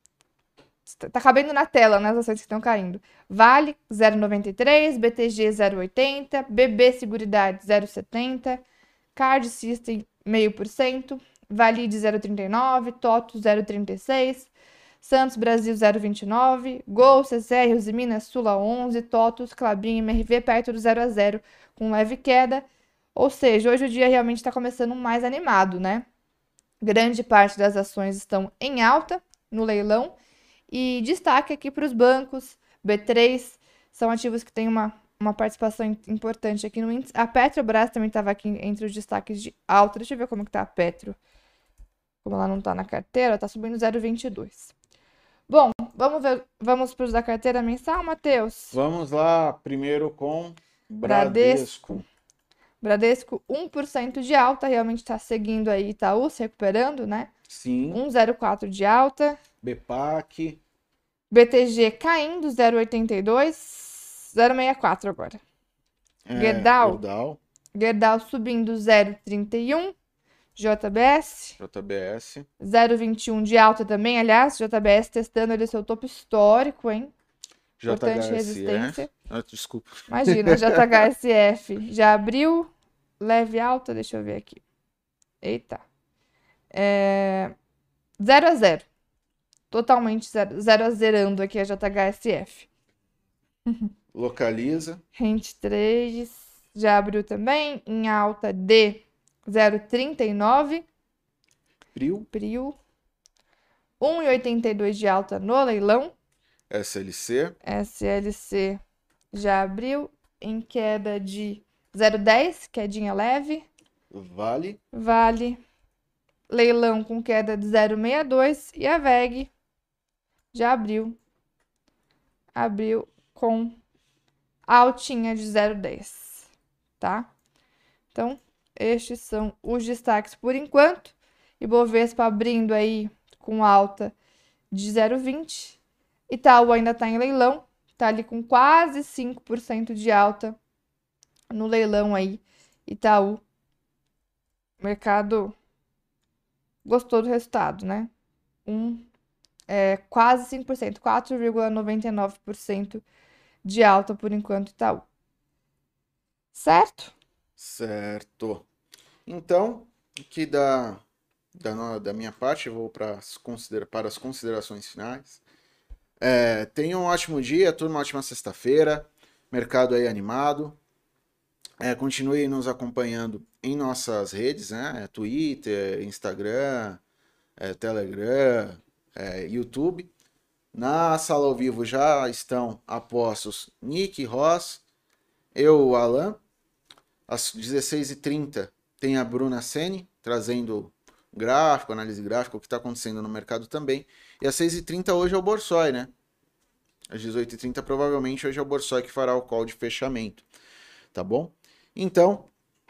Tá cabendo na tela, né, as ações que estão caindo. Vale, zero vírgula noventa e três, B T G, zero vírgula oitenta, B B Seguridade, zero vírgula setenta, Card System, zero vírgula cinco por cento, Valide, zero vírgula trinta e nove, Toto, zero vírgula trinta e seis, Santos Brasil, zero vírgula vinte e nove, Gol, C C R, Usiminas, Sula, onze, Totos, Klabin, M R V, perto do zero a zero, com leve queda. Ou seja, hoje o dia realmente está começando mais animado, né? Grande parte das ações estão em alta no leilão. E destaque aqui para os bancos, B três, são ativos que têm uma, uma participação importante aqui no índice. A Petrobras também estava aqui entre os destaques de alta. Deixa eu ver como que tá a Petro. Como ela não está na carteira, está subindo zero vírgula vinte e dois. Bom, vamos ver, vamos para os da carteira mensal, Matheus? Vamos lá, primeiro com Bradesco. Bradesco. Bradesco, um por cento de alta, realmente está seguindo aí Itaú, se recuperando, né? Sim. um vírgula zero quatro de alta. B P A C. B T G caindo, zero vírgula oitenta e dois, zero vírgula sessenta e quatro agora. É, Gerdau. Gerdau. Gerdau subindo zero vírgula trinta e um. J B S. J B S. zero vírgula vinte e um de alta também, aliás, J B S testando ali seu topo histórico, hein? Importante resistência. Ah, desculpa. Imagina, J H S F já abriu, leve alta, deixa eu ver aqui. Eita. É... zero a zero. Totalmente zero, zero a zerando aqui a J H S F. Localiza. Rent três já abriu também, em alta de zero vírgula trinta e nove. Prio. Prio. um vírgula oitenta e dois de alta no leilão. S L C. S L C já abriu em queda de zero vírgula dez, quedinha leve. Vale. Vale. Leilão com queda de zero vírgula sessenta e dois. E a V E G já abriu. Abriu com altinha de zero vírgula dez. Tá? Então, estes são os destaques por enquanto. Ibovespa abrindo aí com alta de zero vírgula vinte. Itaú ainda está em leilão. Está ali com quase cinco por cento de alta no leilão aí. Itaú. Mercado gostou do resultado, né? Um, é, quase cinco por cento. quatro vírgula noventa e nove por cento de alta por enquanto Itaú. Certo? Certo. Então, aqui da, da, da minha parte, eu vou para as, considera para as considerações finais. É, tenham um ótimo dia, turma, uma ótima sexta-feira. Mercado aí animado. É, continue nos acompanhando em nossas redes, né? Twitter, Instagram, é, Telegram, é, YouTube. Na sala ao vivo já estão apostos Nick, Ross, eu, o Alan. Às dezesseis e trinta tem a Bruna Sene trazendo gráfico, análise gráfica, o que está acontecendo no mercado também. E às seis e trinta hoje é o Borsoi, né? Às dezoito e trinta provavelmente hoje é o Borsoi que fará o call de fechamento. Tá bom? Então,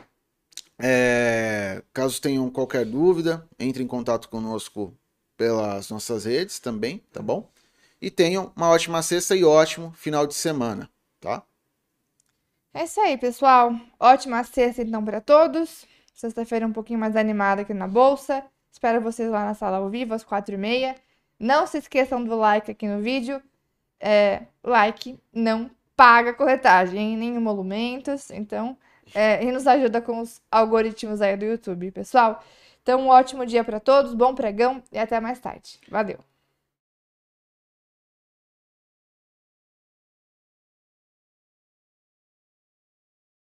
é, caso tenham qualquer dúvida, entre em contato conosco pelas nossas redes também, tá bom? E tenham uma ótima sexta e ótimo final de semana, tá? É isso aí, pessoal. Ótima sexta, então, para todos. Sexta-feira um pouquinho mais animada aqui na Bolsa. Espero vocês lá na sala ao vivo, às quatro e meia. Não se esqueçam do like aqui no vídeo. É, like não paga corretagem em nenhum monumentos. Então, é, e nos ajuda com os algoritmos aí do YouTube, pessoal. Então, um ótimo dia para todos, bom pregão e até mais tarde. Valeu!